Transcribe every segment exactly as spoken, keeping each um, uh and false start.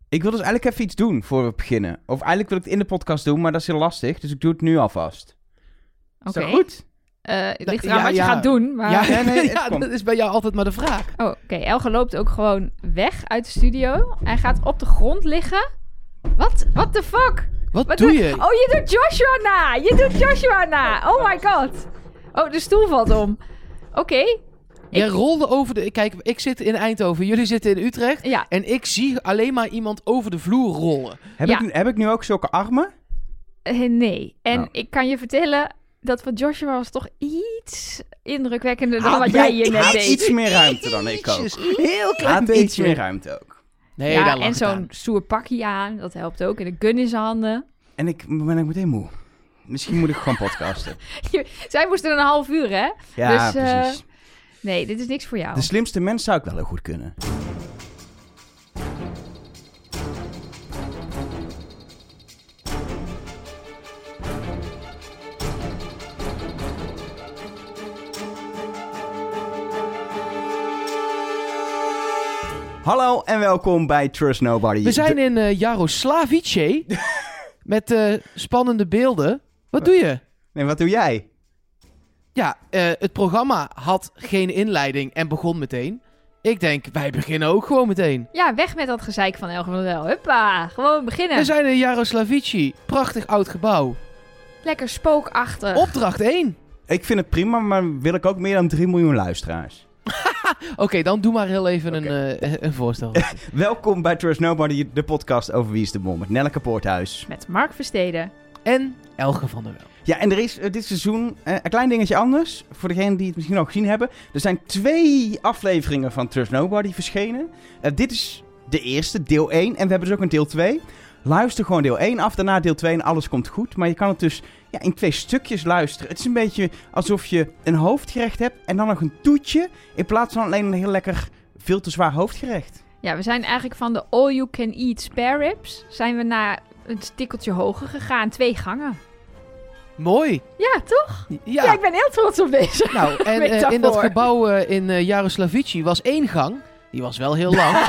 Ik wil dus eigenlijk even iets doen voor we beginnen. Of eigenlijk wil ik het in de podcast doen, maar dat is heel lastig. Dus ik doe het nu alvast. Is Oké. dat goed? Uh, het ligt Ja, eraan wat ja. je gaat doen. Maar... Ja, Ja, nee, het ja, komt. dat is bij jou altijd maar de vraag. Oh, oké. Okay. Elge loopt ook gewoon weg uit de studio. Hij gaat op de grond liggen. Wat? What the fuck? Wat, Wat doe doe- je? Oh, je doet Joshua na! Je doet Joshua na! Oh my god! Oh, de stoel valt om. Oké. Okay. Jij ik- rolde over de... Kijk, ik zit in Eindhoven, jullie zitten in Utrecht. Ja. En ik zie alleen maar iemand over de vloer rollen. Heb, Ja. ik, heb ik nu ook zulke armen? Uh, nee. En Oh. ik kan je vertellen... dat van Joshua was toch iets indrukwekkender dan Ah, wat wel, jij hier ik net had deed. iets meer ruimte dan ik ook. Ietsjes, heel Ik klein had beetje. iets meer ruimte ook. Nee, ja, daar lag en het zo'n aan. stoer pakje aan. Dat helpt ook. En een gun in zijn handen. En ik ben ook meteen moe. Misschien moet ik gewoon podcasten. Zij moesten een half uur, hè? Ja, Dus, eh, precies. Nee, dit is niks voor jou. De slimste mens zou ik wel heel goed kunnen. Hallo en welkom bij Trust Nobody. We zijn De- in uh, Jaroslavice. met uh, spannende beelden. Wat doe je? Nee, wat doe jij? Ja, uh, het programma had geen inleiding en begon meteen. Ik denk, wij beginnen ook gewoon meteen. Ja, weg met dat gezeik van Elge van der Wel. Huppa, gewoon beginnen. We zijn in Jaroslavice. Prachtig oud gebouw. Lekker spookachtig. Opdracht één. Ik vind het prima, maar wil ik ook meer dan drie miljoen luisteraars. Oké, okay, dan doe maar heel even Oké. een, uh, een voorstel. Welkom bij Trust Nobody, de podcast over Wie is de Mol met Nelleke Poorthuis. Met Mark Versteden. En Elge van der Wel. Ja, en er is uh, dit seizoen uh, een klein dingetje anders. Voor degenen die het misschien al gezien hebben. Er zijn twee afleveringen van Trust Nobody verschenen. Uh, dit is de eerste, deel één. En we hebben dus ook een deel twee. Luister gewoon deel één af, daarna deel twee en alles komt goed. Maar je kan het dus ja, in twee stukjes luisteren. Het is een beetje alsof je een hoofdgerecht hebt en dan nog een toetje. In plaats van alleen een heel lekker, veel te zwaar hoofdgerecht. Ja, we zijn eigenlijk van de all you can eat spare ribs. Zijn we naar een tikkeltje hoger gegaan. Twee gangen. Mooi. Ja, toch? Ja, Ja, ik ben heel trots op deze. nou, en uh, metafoor. in dat gebouw uh, in uh, Jaroslavice was één gang. Die was wel heel lang.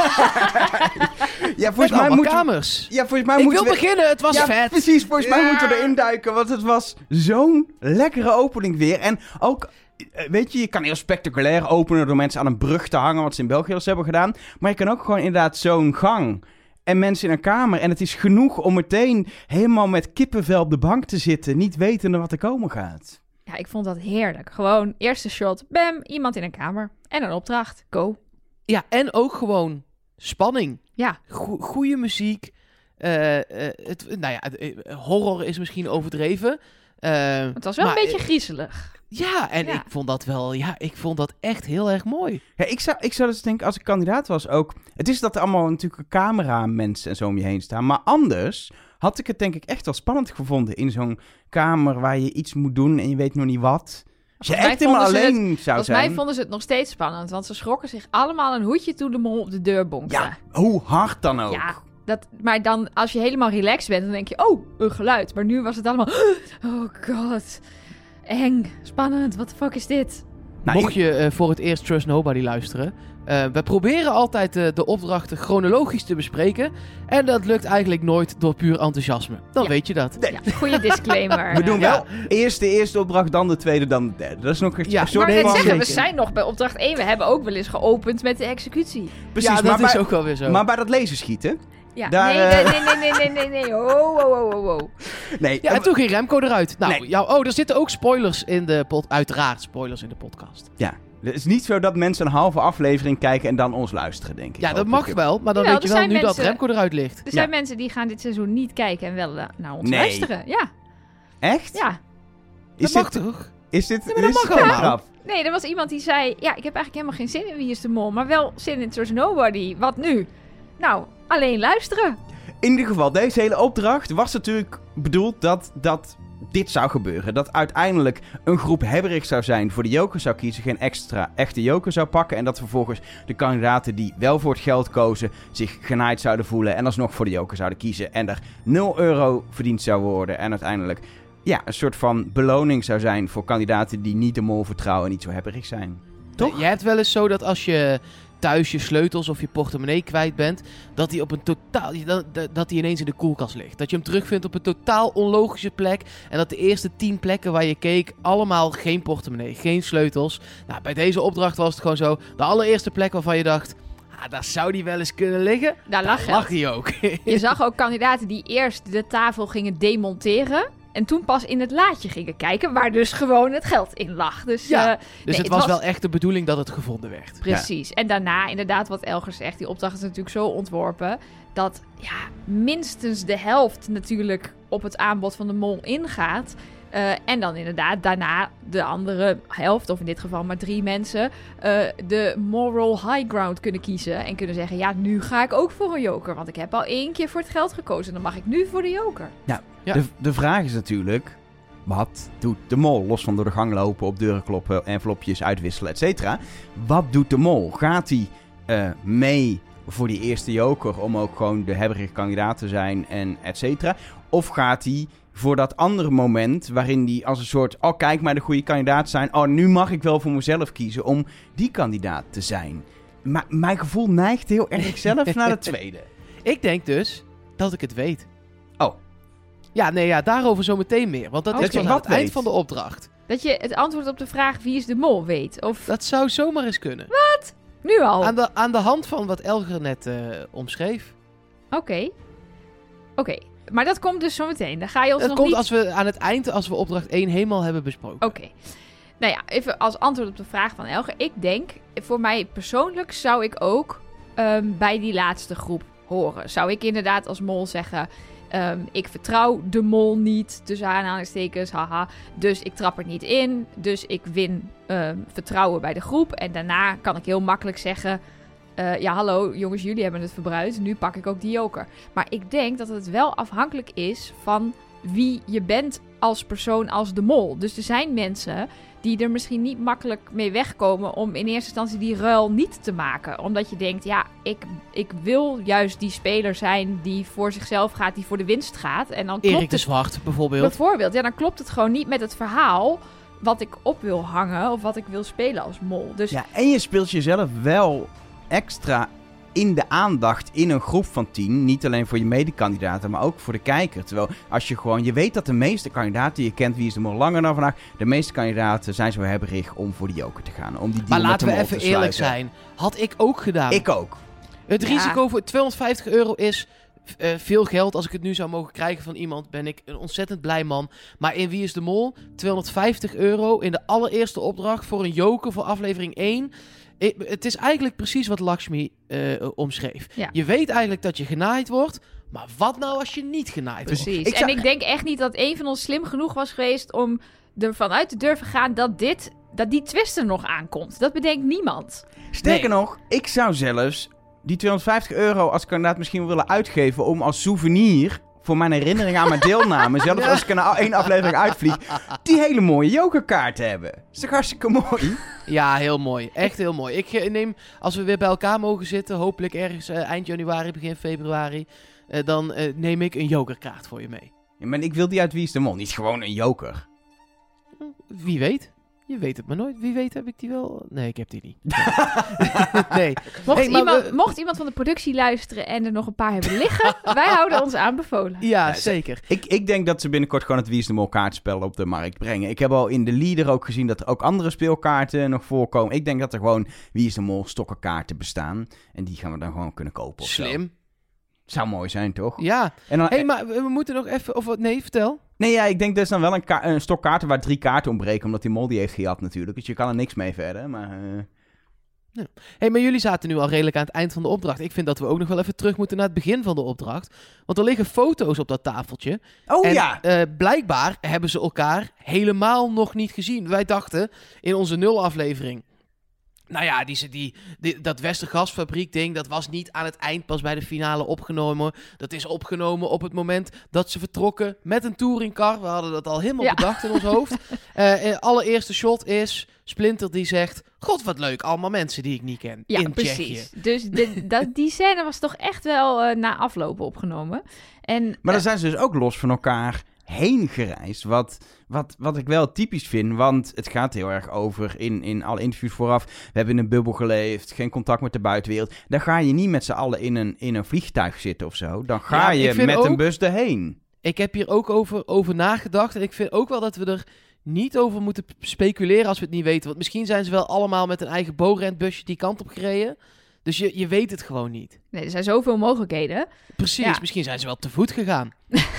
Ja, Met volgens mij allemaal moeten we... kamers. Ja, volgens mij Ik moeten wil we... beginnen, het was ja, vet. precies. Volgens mij Ja. moeten we erin duiken, want het was zo'n lekkere opening weer. En ook, eh, weet je, je kan heel spectaculair openen door mensen aan een brug te hangen, wat ze in België al eens hebben gedaan. Maar je kan ook gewoon inderdaad zo'n gang en mensen in een kamer. En het is genoeg om meteen helemaal met kippenvel op de bank te zitten, niet wetende wat er komen gaat. Ja, ik vond dat heerlijk. Gewoon eerste shot, bam, iemand in een kamer. En een opdracht, go. Ja, en ook gewoon spanning. Ja, Go- goeie muziek. Uh, uh, het, nou ja, het, uh, horror is misschien overdreven. Uh, het was wel maar, een beetje uh, griezelig. Ja, en Ja. ik vond dat wel... Ja, ik vond dat echt heel erg mooi. Ja, ik zou, ik zou dus denken, als ik kandidaat was ook... Het is dat er allemaal natuurlijk cameramensen en zo om je heen staan. Maar anders had ik het denk ik echt wel spannend gevonden. In zo'n kamer waar je iets moet doen en je weet nog niet wat. Als je Volgens mij echt helemaal vonden ze alleen zou Volgens zijn... mij vonden ze het nog steeds spannend. Want ze schrokken zich allemaal een hoedje toen de mol op de deur bonkte. Ja, hoe hard dan ook. Ja, dat, maar dan als je helemaal relaxed bent, dan denk je, oh, een geluid. Maar nu was het allemaal, oh god, eng, spannend, wat de fuck is dit? Nou, Mocht ik- je uh, voor het eerst Trust Nobody luisteren... Uh, we proberen altijd uh, de opdrachten chronologisch te bespreken. En dat lukt eigenlijk nooit door puur enthousiasme. Dan Ja. weet je dat. Ja, goede disclaimer. We doen Ja. wel eerst de eerste opdracht, dan de tweede, dan de derde. Dat is nog een Ja, soort Maar ik van... zeggen, we zeker. zijn nog bij opdracht één. We hebben ook wel eens geopend met de executie. Precies, ja, dat maar, is bij, ook wel weer zo. maar bij dat laserschieten... Ja, Daar, nee, eh, nee, nee, nee, nee, nee, nee, nee. Oh, oh, oh, oh, oh. Nee, Ja, en toen ging Remco eruit. Nou, Nee. ja, oh, er zitten ook spoilers in de pod... Uiteraard spoilers in de podcast. ja. Het is niet zo dat mensen een halve aflevering kijken en dan ons luisteren, denk ik. Ja, dat Hoop mag ik. wel. Maar dan Jawel, weet je er wel zijn nu dat mensen- Remco eruit ligt. Er zijn Ja. mensen die gaan dit seizoen niet kijken en wel eh, naar ons Nee. luisteren. Ja, Echt? ja. Is dat mag dit, toch? is dit, Ja, maar dat dit is mag geen allemaal. grap. Nee, er was iemand die zei, ja, ik heb eigenlijk helemaal geen zin in Wie is de Mol, maar wel zin in Trust Nobody. Wat nu? Nou, alleen luisteren. In ieder geval, deze hele opdracht was natuurlijk bedoeld dat, dat dit zou gebeuren. Dat uiteindelijk een groep hebberig zou zijn, voor de joker zou kiezen, geen extra echte joker zou pakken. En dat vervolgens de kandidaten die wel voor het geld kozen, zich genaaid zouden voelen en alsnog voor de joker zouden kiezen. En er nul euro verdiend zou worden. En uiteindelijk ja, een soort van beloning zou zijn voor kandidaten die niet de mol vertrouwen en niet zo hebberig zijn. Toch? Je hebt wel eens zo dat als je thuis je sleutels of je portemonnee kwijt bent, dat die op een totaal, dat, dat die ineens in de koelkast ligt. Dat je hem terugvindt op een totaal onlogische plek en dat de eerste tien plekken waar je keek, allemaal geen portemonnee, geen sleutels. Nou, bij deze opdracht was het gewoon zo, de allereerste plek waarvan je dacht, ah, daar zou die wel eens kunnen liggen, Daar lag lag die ook. Je zag ook kandidaten die eerst de tafel gingen demonteren en toen pas in het laadje gingen kijken, waar dus gewoon het geld in lag. Dus, Ja, uh, dus nee, het, het was, was wel echt de bedoeling dat het gevonden werd. precies. En daarna inderdaad wat Elger zegt, die opdracht is natuurlijk zo ontworpen dat ja, minstens de helft natuurlijk op het aanbod van de mol ingaat. Uh, en dan inderdaad daarna de andere helft, of in dit geval maar drie mensen, uh, de moral high ground kunnen kiezen. En kunnen zeggen, ja, nu ga ik ook voor een joker. Want ik heb al één keer voor het geld gekozen. Dan mag ik nu voor de joker. Ja, Ja. De, de vraag is natuurlijk, wat doet de mol? Los van door de gang lopen, op deuren kloppen, envelopjes uitwisselen, et cetera. Wat doet de mol? Gaat hij uh, mee voor die eerste joker om ook gewoon de hebberige kandidaat te zijn en et cetera? Of gaat hij voor dat andere moment waarin die als een soort, oh kijk maar de goede kandidaat zijn, oh nu mag ik wel voor mezelf kiezen om die kandidaat te zijn. Maar mijn gevoel neigt heel erg zelf naar de tweede. Ik denk dus dat ik het weet. Oh. Ja, nee, ja, daarover zo meteen meer. Want dat Oké. is pas aan Wat het eind weet? van de opdracht. Dat je het antwoord op de vraag wie is de mol weet. Of Dat zou zomaar eens kunnen. nu al. Aan de, aan de hand van wat Elger net uh, omschreef. Oké. Oké. Maar dat komt dus zo meteen. Dan ga je ons Dat nog komt niet... als we aan het eind, als we opdracht één helemaal hebben besproken. Oké. Nou ja, even als antwoord op de vraag van Elger. Ik denk, voor mij persoonlijk zou ik ook um, bij die laatste groep horen. Zou ik inderdaad als mol zeggen, um, ik vertrouw de mol niet, tussen aanhalingstekens, haha. Dus ik trap er niet in. Dus ik win um, vertrouwen bij de groep. En daarna kan ik heel makkelijk zeggen, Uh, ja, hallo jongens, jullie hebben het verbruikt. Nu pak ik ook die joker. Maar ik denk dat het wel afhankelijk is van wie je bent als persoon, als de mol. Dus er zijn mensen die er misschien niet makkelijk mee wegkomen om in eerste instantie die ruil niet te maken. Omdat je denkt, ja, ik, ik wil juist die speler zijn die voor zichzelf gaat, die voor de winst gaat. En dan klopt Erik de het, Zwart bijvoorbeeld. bijvoorbeeld, ja, dan klopt het gewoon niet met het verhaal wat ik op wil hangen of wat ik wil spelen als mol. Dus Ja, en je speelt jezelf wel extra in de aandacht in een groep van tien. Niet alleen voor je medekandidaten, maar ook voor de kijker. Terwijl als je gewoon, je weet dat de meeste kandidaten, je kent wie is de mol langer dan vandaag, de meeste kandidaten zijn zo hebberig om voor de joker te gaan. Om die deal Maar met laten de we mol even te eerlijk sluiten. zijn. Had ik ook gedaan. Ik ook. Het Ja. risico voor tweehonderdvijftig euro is uh, veel geld. Als ik het nu zou mogen krijgen van iemand, ben ik een ontzettend blij man. Maar in Wie is de Mol? tweehonderdvijftig euro in de allereerste opdracht voor een joker voor aflevering één. Ik, het is eigenlijk precies wat Lakshmi uh, omschreef. Ja. Je weet eigenlijk dat je genaaid wordt. Maar wat nou als je niet genaaid wordt? precies. Ik zou- En ik denk echt niet dat een van ons slim genoeg was geweest om ervan uit te durven gaan dat dit, dat die twist er nog aankomt. Dat bedenkt niemand. Sterker Nee. nog, ik zou zelfs die tweehonderdvijftig euro als kandidaat misschien willen uitgeven om als souvenir voor mijn herinnering aan mijn deelname, zelfs als ik er na één aflevering uitvlieg, die hele mooie jokerkaart te hebben. Dat is toch hartstikke mooi? Ja, heel mooi. Echt heel mooi. Ik eh, neem, als we weer bij elkaar mogen zitten, hopelijk ergens uh, eind januari, begin februari, uh, dan uh, neem ik een jokerkaart voor je mee. Ja, maar ik wil die uit Wie is de Mol, niet gewoon een joker. Wie weet. Je weet het maar nooit. Wie weet heb ik die wel... Nee, ik heb die niet. nee. Mocht, Hey, maar iemand, we- mocht iemand van de productie luisteren en er nog een paar hebben liggen, wij houden ons aanbevolen. Ja, Ja, zeker. Ik, ik denk dat ze binnenkort gewoon het Wie is de Mol kaartspel op de markt brengen. Ik heb al in de leader ook gezien dat er ook andere speelkaarten nog voorkomen. Ik denk dat er gewoon Wie is de Mol stokkenkaarten bestaan. En die gaan we dan gewoon kunnen kopen of zo. Slim. Zou mooi zijn, toch? Ja. En dan, Hé, hey, maar we we moeten nog even... Of wat? Nee, vertel. Nee, ja, ik denk dat is dan wel een, ka- een stok kaarten waar drie kaarten ontbreken. Omdat die mol die heeft gejat natuurlijk. Dus je kan er niks mee verder. Maar eh, Hé, hey, maar jullie zaten nu al redelijk aan het eind van de opdracht. Ik vind dat we ook nog wel even terug moeten naar het begin van de opdracht. Want er liggen foto's op dat tafeltje. Oh en ja! eh, blijkbaar hebben ze elkaar helemaal nog niet gezien. Wij dachten in onze nul aflevering... Nou ja, die, die, die, dat Westergasfabriek ding, dat was niet aan het eind pas bij de finale opgenomen. Dat is opgenomen op het moment dat ze vertrokken met een touringcar. We hadden dat al helemaal Ja. bedacht in ons hoofd. Uh, en allereerste shot is Splinter die zegt... God, wat leuk, allemaal mensen die ik niet ken Ja, in precies. Tsjechië. Dus de, dat, die scène was toch echt wel uh, na aflopen opgenomen. En, Maar dan zijn ze dus ook los van elkaar heen gereisd. Wat, wat, wat ik wel typisch vind, want het gaat heel erg over in, in alle interviews vooraf. We hebben in een bubbel geleefd, geen contact met de buitenwereld. Dan ga je niet met z'n allen in een, in een vliegtuig zitten of zo. Dan ga Ja, ik je vind met ook- een bus erheen. Ik heb hier ook over, over nagedacht. En ik vind ook wel dat we er niet over moeten p- speculeren als we het niet weten. Want misschien zijn ze wel allemaal met een eigen BoRent-busje die kant op gereden. Dus je, je weet het gewoon niet. Nee, er zijn zoveel mogelijkheden. Precies, Ja. misschien zijn ze wel te voet gegaan.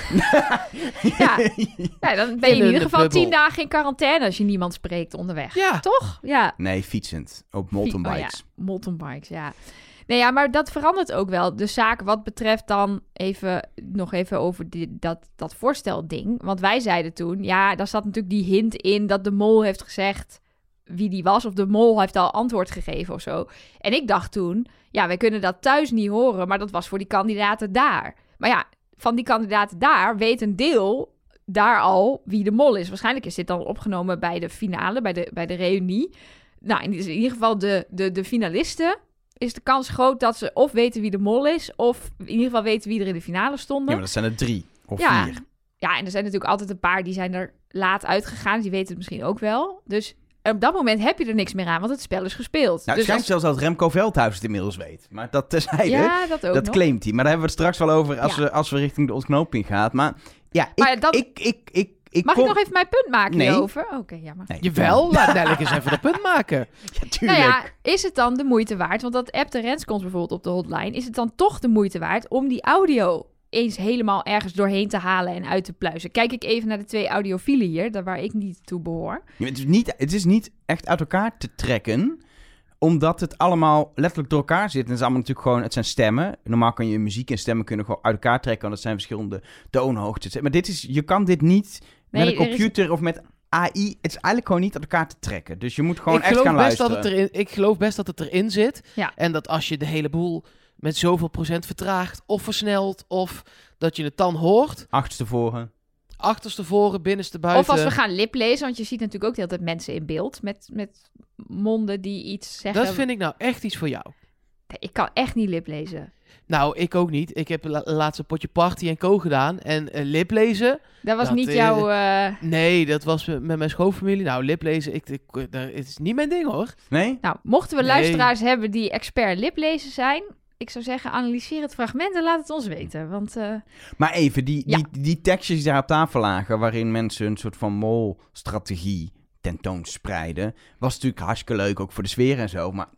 Ja, ja dan ben je in In ieder een geval bubbel. tien dagen in quarantaine als je niemand spreekt onderweg. Ja, Toch? Ja. Nee, fietsend. Op Oh mountainbikes. ja, mountainbikes, ja. Nee, ja, maar dat verandert ook wel. De zaak wat betreft dan even, nog even over die, dat, dat voorstelding. Want wij zeiden toen, ja, daar zat natuurlijk die hint in dat de mol heeft gezegd wie die was. Of de mol heeft al antwoord gegeven of zo. En ik dacht toen, ja, wij kunnen dat thuis niet horen, maar dat was voor die kandidaten daar. Maar ja, van die kandidaten daar weet een deel daar al wie de mol is. Waarschijnlijk is dit dan opgenomen bij de finale, bij de, bij de reunie. Nou, in ieder geval de, de, de finalisten is de kans groot dat ze of weten wie de mol is, of in ieder geval weten wie er in de finale Ja, stonden. maar dat zijn er drie of Ja. vier. Ja, en er zijn natuurlijk altijd een paar die zijn er laat uitgegaan. Dus die weten het misschien ook wel. Dus op dat moment heb je er niks meer aan, want het spel is gespeeld. Nou, het dus schijnt zelfs dat Remco Veldhuis het inmiddels weet. Maar dat terzijde, ja, dat ook dat nog. claimt hij. Maar daar hebben we het straks wel over als, Ja. we, als we richting de ontknoping gaan. Maar ja, ik, Maar dan- ik, ik, ik, ik Mag kom... ik nog even mijn punt maken Nee. hierover? Oké, jammer. Nee. jawel. Laat Nelleke eens even dat punt maken. Ja, tuurlijk. Nou ja, is het dan de moeite waard? Want dat appte Renskons bijvoorbeeld op de hotline. Is het dan toch de moeite waard om die audio eens helemaal ergens doorheen te halen en uit te pluizen? Kijk ik even naar de twee audiofielen hier, daar waar ik niet toe behoor. Ja, het, is niet, het is niet echt uit elkaar te trekken, omdat het allemaal letterlijk door elkaar zit. En het is allemaal natuurlijk gewoon, het zijn stemmen. Normaal kan je muziek en stemmen kunnen gewoon uit elkaar trekken, want het zijn verschillende toonhoogtes. Maar dit is, je kan dit niet Nee, met een er is- computer of met A I. Het is eigenlijk gewoon niet uit elkaar te trekken. Dus je moet gewoon ik, echt geloof gaan best dat luisteren. het erin, ik geloof best dat het erin zit. Ja. En dat als je de hele boel met zoveel procent vertraagt of versnelt, of dat je het dan hoort, Achterstevoren. achterstevoren, binnenste buiten. Of als we gaan liplezen, want je ziet natuurlijk ook de hele tijd mensen in beeld met, met monden die iets zeggen. Dat vind ik nou echt iets voor jou. Nee, ik kan echt niet liplezen. Nou, ik ook niet. Ik heb la- laatst een potje party en co gedaan. En eh, liplezen, Dat was Dat, niet eh, jouw... eh, nee, dat was met met mijn schoonfamilie. Nou, liplezen, ik, ik, dat is niet mijn ding hoor. Nee? Nou, mochten we Nee. luisteraars hebben die expert liplezen zijn, ik zou zeggen, analyseer het fragment en laat het ons weten. Want eh, Maar even, die, Ja. die, die tekstjes die daar op tafel lagen, waarin mensen een soort van mol-strategie tentoonspreiden, was natuurlijk hartstikke leuk, ook voor de sfeer en zo, maar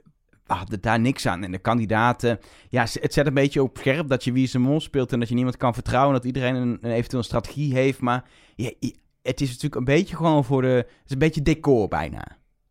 we hadden daar niks aan. En de kandidaten, ja, het zet een beetje op scherp dat je wie is de mol speelt en dat je niemand kan vertrouwen, dat iedereen een, een eventueel strategie heeft, maar ja, het is natuurlijk een beetje gewoon voor de, het is een beetje decor bijna.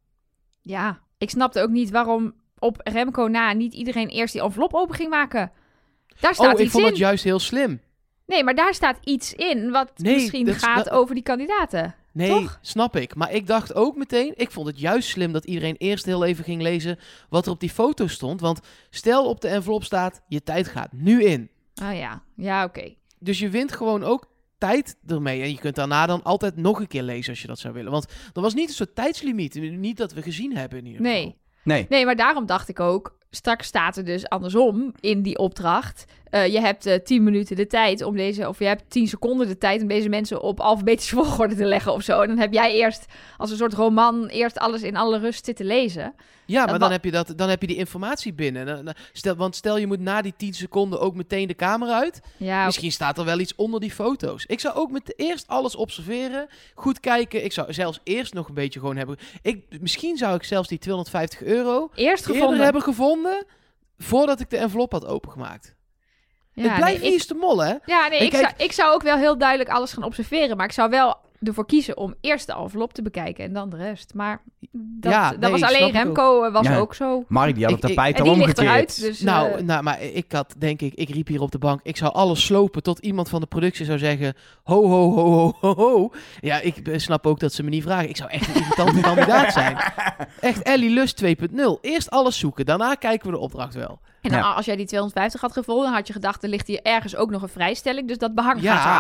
ja, ik snapte ook niet waarom op Remco na niet iedereen eerst die envelop open ging maken. Daar staat Oh, ik iets vond in. het juist heel slim. Nee, maar daar staat iets in wat Nee, misschien dat is- gaat dat- over die kandidaten. Nee, Toch? snap ik. Maar ik dacht ook meteen, ik vond het juist slim dat iedereen eerst heel even ging lezen wat er op die foto stond. Want stel op de envelop staat, je tijd gaat nu in. Oh ja, ja, oké. Dus je wint gewoon ook tijd ermee. En je kunt daarna dan altijd nog een keer lezen als je dat zou willen. Want er was niet een soort tijdslimiet. Niet dat we gezien hebben in ieder geval. Nee. Nee. Nee, maar daarom dacht ik ook, straks staat er dus andersom in die opdracht. Eh, je hebt eh, tien minuten de tijd om deze, of je hebt tien seconden de tijd om deze mensen op alfabetische volgorde te leggen of zo. En dan heb jij eerst, als een soort roman, eerst alles in alle rust zitten lezen. Ja, maar Dat dan wa- heb, je dat, dan heb je die informatie binnen. Dan- dan- Stel, want stel je moet na die tien seconden ook meteen de camera uit. Ja, Misschien staat er wel iets onder die foto's. Ik zou ook met eerst alles observeren, goed kijken. Ik zou zelfs eerst nog een beetje gewoon hebben... Ik, misschien zou ik zelfs die tweehonderdvijftig euro eerst eerder gevonden. hebben gevonden voordat ik de envelop had opengemaakt. Ja, het blijft nee, niet ik, eens te mollen, hè? ja, nee, En ik, kijk- zou, ik zou ook wel heel duidelijk alles gaan observeren. Maar ik zou wel ervoor kiezen om eerst de envelop te bekijken en dan de rest. Maar dat, Ja, dat nee, was snap alleen ik Remco, eh, was Ja. ook zo. Mark, die had het Ik- ik- tapijt En al die ligt omgekeerd. eruit, dus... Nou, eh, nou, maar ik had, denk ik, ik riep hier op de bank, ik zou alles slopen tot iemand van de productie zou zeggen, ho, ho, ho, ho, ho, ho. Ja, ik eh, snap ook dat ze me niet vragen. Ik zou echt een irritante kandidaat zijn. Echt Ellie Lust twee punt nul. Eerst alles zoeken, daarna kijken we de opdracht wel. En dan, Ja. als jij die tweehonderdvijftig had gevonden, had je gedacht, er ligt hier ergens ook nog een vrijstelling. Dus dat behang Ja. gaat eraf.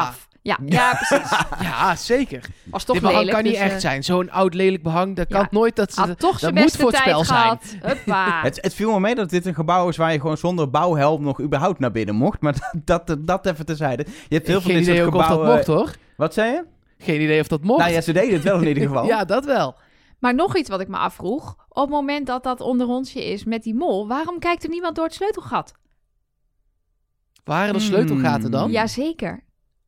Ja, ja precies. Ja, zeker. Was toch Dit behang lelijk, kan niet dus, echt uh, zijn. Zo'n oud lelijk behang, dat kan Ja. nooit. Dat, ze, Had toch dat zijn moet beste voor het tijd spel zijn. gehad. Huppa. Het, het viel me mee dat dit een gebouw is waar je gewoon zonder bouwhelm nog überhaupt naar binnen mocht. Maar dat, dat, dat even terzijde. Je hebt heel veel Geen dit soort idee ook of gebouwen... dat mocht, hoor. Wat zei je? Geen idee of dat mocht. Nou ja, ze deden het wel in ieder geval. Ja, dat wel. Maar nog iets wat ik me afvroeg. Op het moment dat dat onderrondje is met die mol, waarom kijkt er niemand door het sleutelgat? Waren er Hmm. sleutelgaten dan? Jazeker.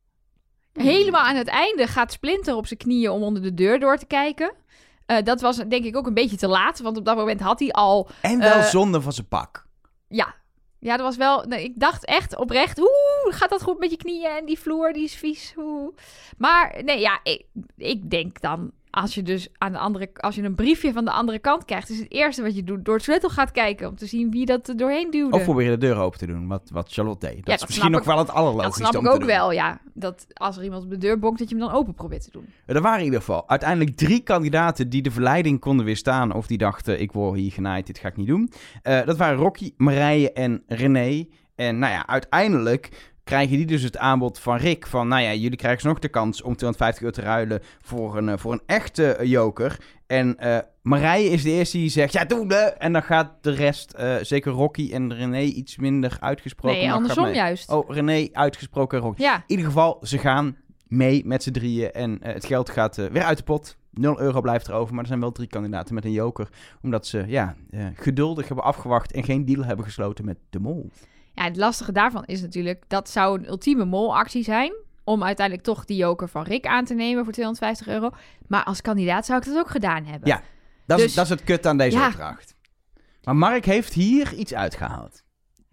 Helemaal aan het einde gaat Splinter op zijn knieën om onder de deur door te kijken. Uh, dat was denk ik ook een beetje te laat, want op dat moment had hij al... En wel Uh, zonde van zijn pak. Ja, ja dat was wel... Nee, ik dacht echt oprecht, oeh, gaat dat goed met je knieën en die vloer, die is vies. Oeh. Maar nee, ja, ik, ik denk dan... Als je dus aan de andere, als je een briefje van de andere kant krijgt, is het eerste wat je doet door het sleutel gaat kijken om te zien wie dat er doorheen duwde. Of probeer je de deur open te doen, wat, wat Charlotte deed. Dat Ja, is dat misschien snap nog wel het Dat allerlogischste snap om ik te ook doen. wel, ja. Dat als er iemand op de deur bonkt, dat je hem dan open probeert te doen. Er waren in ieder geval uiteindelijk drie kandidaten die de verleiding konden weerstaan. Of die dachten, ik word hier genaaid, dit ga ik niet doen. Uh, dat waren Rocky, Marije en René. En nou ja, uiteindelijk krijgen die dus het aanbod van Rick. Van, nou ja, jullie krijgen nog de kans om tweehonderdvijftig euro te ruilen voor een, uh, voor een echte uh, joker. En uh, Marije is de eerste die zegt, ja, doe het. En dan gaat de rest, uh, zeker Rocky en René, iets minder uitgesproken. Nee, maar andersom gaat mee. juist. Oh, René uitgesproken en Rocky. Ja, In ieder geval, ze gaan mee met z'n drieën. En uh, het geld gaat uh, weer uit de pot. nul euro blijft er over, maar er zijn wel drie kandidaten met een joker. Omdat ze ja, uh, geduldig hebben afgewacht en geen deal hebben gesloten met de mol. ja, het lastige daarvan is natuurlijk, dat zou een ultieme molactie zijn, om uiteindelijk toch die joker van Rick aan te nemen voor tweehonderdvijftig euro. Maar als kandidaat zou ik dat ook gedaan hebben. Ja, dat, Dus- is, dat is het kut aan deze Ja. opdracht. Maar Mark heeft hier iets uitgehaald.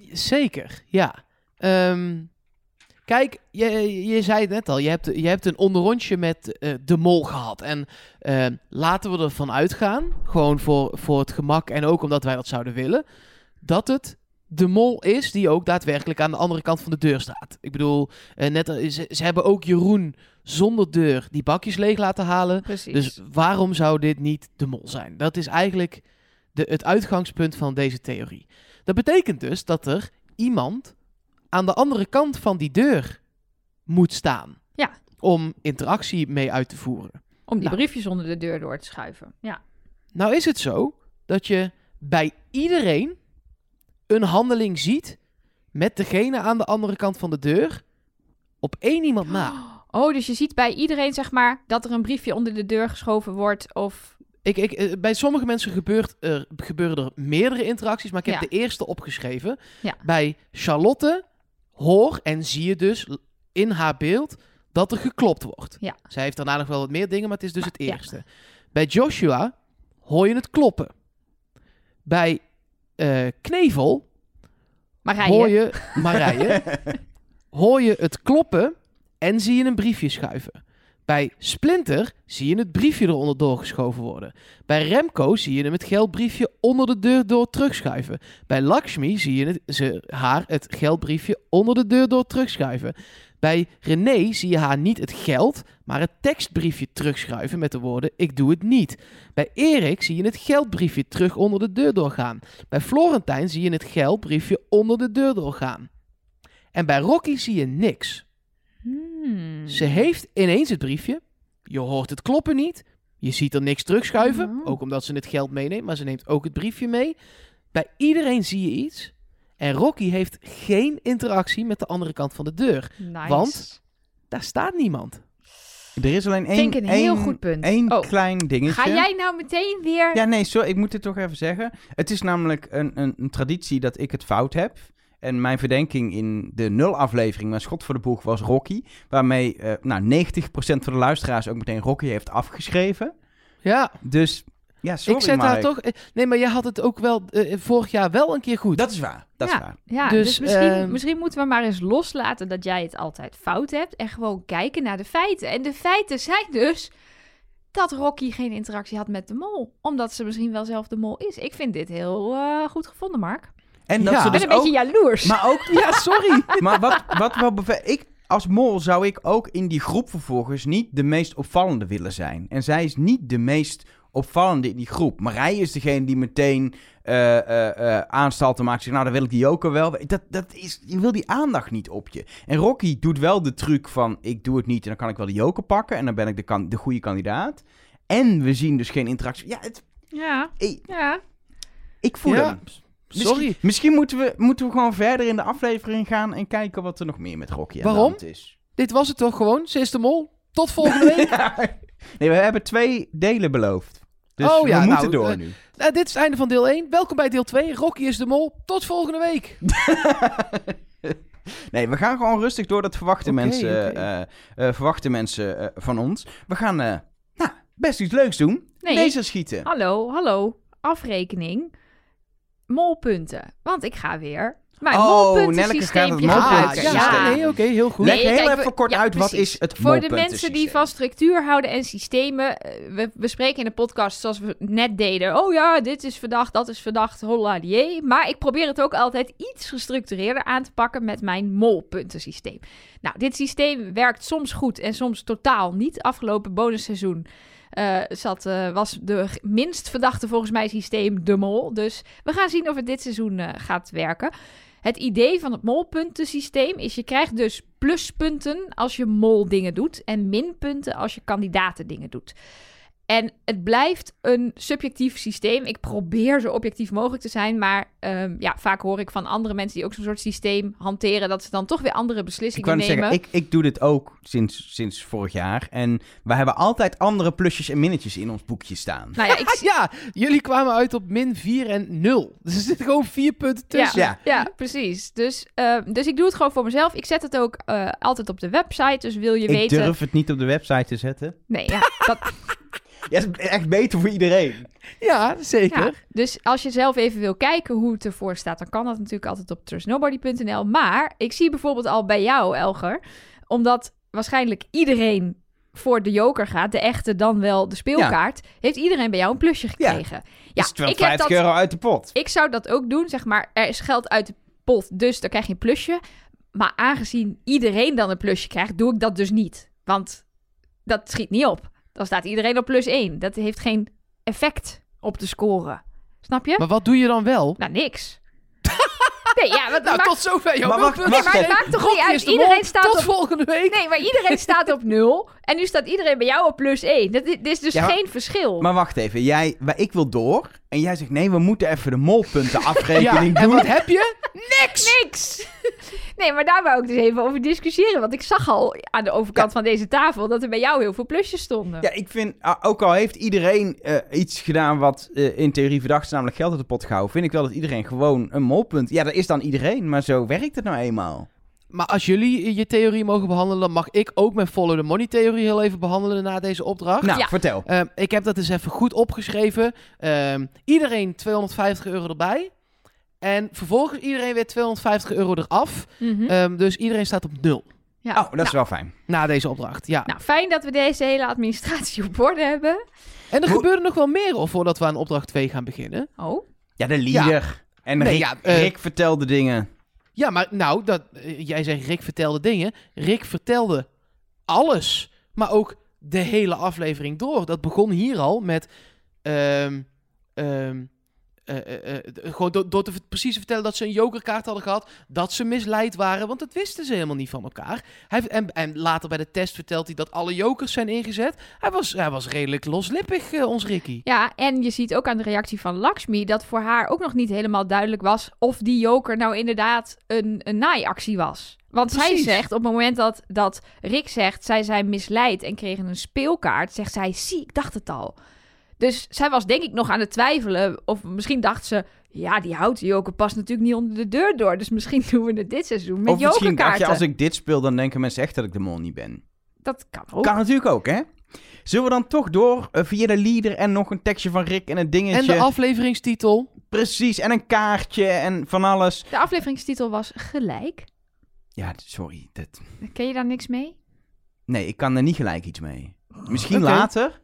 Zeker, ja. Um, kijk, je, je zei het net al, je hebt, je hebt een onderrondje met uh, de mol gehad. En uh, laten we ervan uitgaan, gewoon voor, voor het gemak en ook omdat wij dat zouden willen, dat het de mol is die ook daadwerkelijk aan de andere kant van de deur staat. Ik bedoel, uh, net, uh, ze, ze hebben ook Jeroen zonder deur die bakjes leeg laten halen. Precies. Dus waarom zou dit niet de mol zijn? Dat is eigenlijk de, het uitgangspunt van deze theorie. Dat betekent dus dat er iemand aan de andere kant van die deur moet staan. Ja. Om interactie mee uit te voeren. Om die Nou. briefjes onder de deur door te schuiven. Ja. Nou is het zo dat je bij iedereen een handeling ziet met degene aan de andere kant van de deur op één iemand na. Oh, dus je ziet bij iedereen, zeg maar, dat er een briefje onder de deur geschoven wordt of... Ik, ik, eh, bij sommige mensen gebeurt er, gebeuren er meerdere interacties, maar ik heb Ja. de eerste opgeschreven. Ja. Bij Charlotte hoor en zie je dus in haar beeld dat er geklopt wordt. Ja. Zij heeft daarna nog wel wat meer dingen, maar het is dus Maar, het ja. eerste. Bij Joshua hoor je het kloppen. Bij eh, Knevel Marije. hoor je Marije, hoor je het kloppen en zie je een briefje schuiven. Bij Splinter zie je het briefje eronder doorgeschoven worden. Bij Remco zie je hem het geldbriefje onder de deur door terugschuiven. Bij Lakshmi zie je het, ze, haar het geldbriefje onder de deur door terugschuiven. Bij René zie je haar niet het geld, maar het tekstbriefje terugschuiven met de woorden ik doe het niet. Bij Erik zie je het geldbriefje terug onder de deur doorgaan. Bij Florentijn zie je het geldbriefje onder de deur doorgaan. En bij Rocky zie je niks. Hmm. Ze heeft ineens het briefje. Je hoort het kloppen niet. Je ziet er niks terugschuiven. Oh. Ook omdat ze het geld meeneemt. Maar ze neemt ook het briefje mee. Bij iedereen zie je iets. En Rocky heeft geen interactie met de andere kant van de deur. Nice. Want daar staat niemand. Er is alleen één, Vind ik een heel één, goed punt. één Oh. klein dingetje. Ga jij nou meteen weer... Ja, nee, sorry, ik moet dit toch even zeggen. Het is namelijk een, een, een traditie dat ik het fout heb. En mijn verdenking in de nul-aflevering, mijn schot voor de boeg, was Rocky. Waarmee uh, nou, negentig procent van de luisteraars ook meteen Rocky heeft afgeschreven. Ja, Dus, ja, sorry ik zet Mark. daar toch... Nee, maar jij had het ook wel uh, vorig jaar wel een keer goed. Dat is waar, dat ja, is waar. Ja, Dus, dus, misschien, ehm, misschien moeten we maar eens loslaten dat jij het altijd fout hebt. En gewoon kijken naar de feiten. En de feiten zijn dus dat Rocky geen interactie had met de mol. Omdat ze misschien wel zelf de mol is. Ik vind dit heel uh, goed gevonden, Mark. En dat Ja. ze Ik ben dus een ook... beetje jaloers. Maar ook... Ja, sorry. Maar wat, wat wel beve- ik als mol zou ik ook in die groep vervolgens niet de meest opvallende willen zijn. En zij is niet de meest opvallende in die groep. Marije is degene die meteen uh, uh, uh, aanstalten maakt. Zegt, nou, dan wil ik die joker wel. Dat, dat is, je wil die aandacht niet op je. En Rocky doet wel de truc van, ik doe het niet en dan kan ik wel de joker pakken. En dan ben ik de, kan, de goede kandidaat. En we zien dus geen interactie. Ja, het, Ja, ik, ja. ik voel Ja. hem. Sorry. Misschien, misschien moeten, we, moeten we gewoon verder in de aflevering gaan en kijken wat er nog meer met Rocky aan de Waarom? hand is. Dit was het toch gewoon? Ze is de mol. Tot volgende week. Nee, we hebben twee delen beloofd. Dus Oh we ja, moeten nou, door uh, nu. Nou, dit is het einde van deel één. Welkom bij deel twee. Rocky is de mol. Tot volgende week. Nee, we gaan gewoon rustig door. Dat verwachten Oké, mensen, oké. uh, uh, verwachten mensen uh, van ons. We gaan uh, nou, best iets leuks doen. Nee. Laser schieten. Hallo, hallo. Afrekening. Molpunten. Want ik ga weer mijn Oh, molpuntensysteempje Nelleke gaat het Ah, gebruiken. ja. molpuntensysteem. Nee, oké, heel goed. Leg Nee, heel kijk, even we- kort ja, uit, wat precies. is het Voor de mensen molpuntensysteem? die van structuur houden en systemen. eh, We bespreken in de podcast zoals we net deden. Oh ja, dit is verdacht, dat is verdacht, holla die. Maar ik probeer het ook altijd iets gestructureerder aan te pakken met mijn molpuntensysteem. Nou, dit systeem werkt soms goed en soms totaal niet. Afgelopen bonusseizoen uh, zat, uh, was de minst verdachte volgens mij systeem de mol. Dus we gaan zien of het dit seizoen uh, gaat werken. Het idee van het molpuntensysteem is je krijgt dus pluspunten als je mol dingen doet en minpunten als je kandidaten dingen doet. En het blijft een subjectief systeem. Ik probeer zo objectief mogelijk te zijn, maar um, ja, vaak hoor ik van andere mensen die ook zo'n soort systeem hanteren, dat ze dan toch weer andere Ik beslissingen wou net nemen. zeggen, ik, ik doe dit ook sinds, sinds vorig jaar. En we hebben altijd andere plusjes en minnetjes in ons boekje staan. Nou ja, ik, Ja, jullie kwamen uit op min vier en nul. Dus er zitten gewoon vier punten tussen. Ja. ja, precies. Dus, uh, dus ik doe het gewoon voor mezelf. Ik zet het ook uh, altijd op de website. Dus wil je ik weten... durf het niet op de website te zetten. Nee, ja, dat... Ja, dat is echt beter voor iedereen. Ja, zeker. Ja, dus als je zelf even wil kijken hoe het ervoor staat, dan kan dat natuurlijk altijd op trust nobody punt n l. Maar ik zie bijvoorbeeld al bij jou, Elger, omdat waarschijnlijk iedereen voor de joker gaat, de echte dan wel de speelkaart, heeft iedereen bij jou een plusje gekregen. Ja, Dus ik, heb tweehonderdvijftig dat, euro uit de pot. ik zou dat ook doen, zeg maar. Er is geld uit de pot, dus dan krijg je een plusje. Maar aangezien iedereen dan een plusje krijgt, doe ik dat dus niet. Want dat schiet niet op. Dan staat iedereen op plus één. Dat heeft geen effect op de score. Snap je? Maar wat doe je dan wel? Nou, niks. Nee, ja, wat Nou, maakt... tot zover jouw Maar wacht, multpunt. Nee, maar het even. maakt toch Rocky niet uit. is de Iedereen mol. staat Tot op... volgende week. Nee, maar iedereen staat op nul. En nu staat iedereen bij jou op plus één. Dat is, dit is dus Ja, maar- geen verschil. Maar wacht even, jij, maar ik wil door. En jij zegt, nee, we moeten even de molpunten Ja, afrekening en doen. wat heb je? Niks! Niks! Nee, maar daar wou ik dus even over discussiëren. Want ik zag al aan de overkant Ja. van deze tafel dat er bij jou heel veel plusjes stonden. Ja, ik vind, ah, ook al heeft iedereen uh, iets gedaan wat uh, in theorie verdacht is, namelijk geld uit de pot gehouden, vind ik wel dat iedereen gewoon een molpunt... Ja, dat is dan iedereen, maar zo werkt het nou eenmaal. Maar als jullie je theorie mogen behandelen, dan mag ik ook mijn follow the money theorie heel even behandelen na deze opdracht. Nou, Ja. vertel. Uh, ik heb dat eens even goed opgeschreven. Uh, iedereen tweehonderdvijftig euro erbij. En vervolgens iedereen weer tweehonderdvijftig euro eraf. Mhm. Um, dus iedereen staat op nul Ja. Oh, dat nou, is wel fijn. na deze opdracht. Ja. nou, fijn dat we deze hele administratie op orde hebben. En er Hoe- gebeurde nog wel meer of voordat we aan opdracht twee gaan beginnen. Oh. Ja, de leader. En Nee, Rick, ja, uh, Rick vertelde dingen. Ja, maar nou, dat, uh, jij zegt Rick vertelde dingen. Rick vertelde alles. Maar ook de hele aflevering door. Dat begon hier al met... Um, um, Uh, uh, uh, gewoon door, door te v- precies te vertellen dat ze een jokerkaart hadden gehad. Dat ze misleid waren, want dat wisten ze helemaal niet van elkaar. Hij, en, en later bij de test vertelt hij dat alle jokers zijn ingezet. Hij was, hij was redelijk loslippig, uh, ons Ricky. Ja, en je ziet ook aan de reactie van Lakshmi dat voor haar ook nog niet helemaal duidelijk was of die joker nou inderdaad een, een naaiactie was. Want zij Precies. zegt, op het moment dat, dat Rick zegt, zij zijn misleid en kregen een speelkaart, zegt zij, zie, ik dacht het al. Dus zij was denk ik nog aan het twijfelen. Of misschien dacht ze, ja, die houten joker past natuurlijk niet onder de deur door. Dus misschien doen we het dit seizoen met Of misschien dacht jokerkaarten. je, als ik dit speel, dan denken mensen echt dat ik de mol niet ben. Dat kan ook. Kan natuurlijk ook, hè? Zullen we dan toch door uh, via de leader en nog een tekstje van Rick en een dingetje? En de afleveringstitel. Precies, en een kaartje en van alles. De afleveringstitel was Gelijk. Ja, sorry. Dat... Ken je daar niks mee? Nee, ik kan er niet gelijk iets mee. Misschien Oké. later.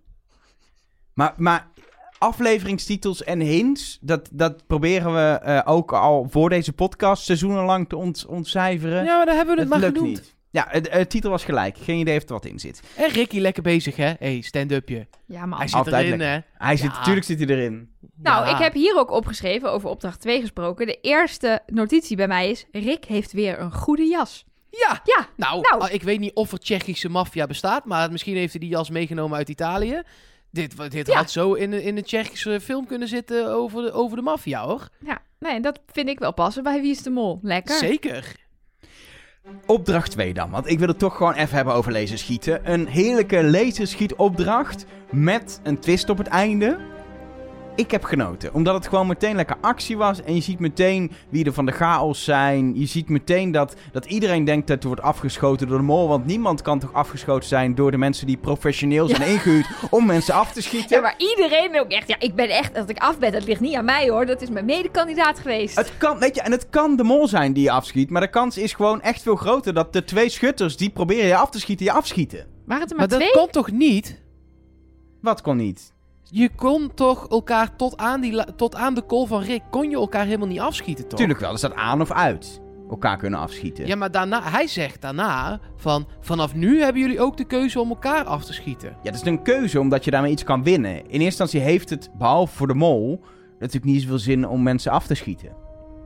Maar, maar afleveringstitels en hints, dat, dat proberen we uh, ook al voor deze podcast seizoenenlang te ont, ontcijferen. Ja, maar dan hebben we het dat maar lukt genoemd. niet. Ja, de uh, titel was gelijk. Geen idee of er wat in zit. En Ricky lekker bezig, hè? Hey, stand-upje. Ja, maar Hij zit Altijd erin, lekker. hè? Hij zit, Ja. Natuurlijk zit hij erin. Nou, Ja. ik heb hier ook opgeschreven, over opdracht twee gesproken. De eerste notitie bij mij is, Rick heeft weer een goede jas. Ja. Ja, Nou, Nou. ah, ik weet niet of er Tsjechische maffia bestaat, maar misschien heeft hij die jas meegenomen uit Italië. Dit, dit Ja. had zo in, een- in een Tsjechische film kunnen zitten over de, over de maffia, hoor. ja, nee, dat vind ik wel passen bij Wie is de Mol. Lekker. Zeker. Opdracht twee dan, want ik wil het toch gewoon even hebben over laserschieten. Een heerlijke laserschietopdracht met een twist op het einde. Ik heb genoten, omdat het gewoon meteen lekker actie was. En je ziet meteen wie er van de chaos zijn. Je ziet meteen dat, dat iedereen denkt dat er wordt afgeschoten door de mol. Want niemand kan toch afgeschoten zijn door de mensen die professioneel zijn ingehuurd om mensen af te schieten. Ja, maar iedereen ook echt, ja, ik ben echt, als ik af ben, dat ligt niet aan mij hoor. Dat is mijn medekandidaat geweest. Het kan, weet je, en het kan de mol zijn die je afschiet. Maar de kans is gewoon echt veel groter dat de twee schutters die proberen je af te schieten, je afschieten. Waren het er maar, Maar dat twee? kon toch niet? Wat kon niet? Je kon toch elkaar tot aan, die la- tot aan de call van Rick, kon je elkaar helemaal niet afschieten, toch? Tuurlijk wel, er staat aan of uit. Elkaar kunnen afschieten. Ja, maar daarna, hij zegt daarna van, vanaf nu hebben jullie ook de keuze om elkaar af te schieten. Ja, dat is een keuze omdat je daarmee iets kan winnen. In eerste instantie heeft het, behalve voor de mol, natuurlijk niet zoveel zin om mensen af te schieten.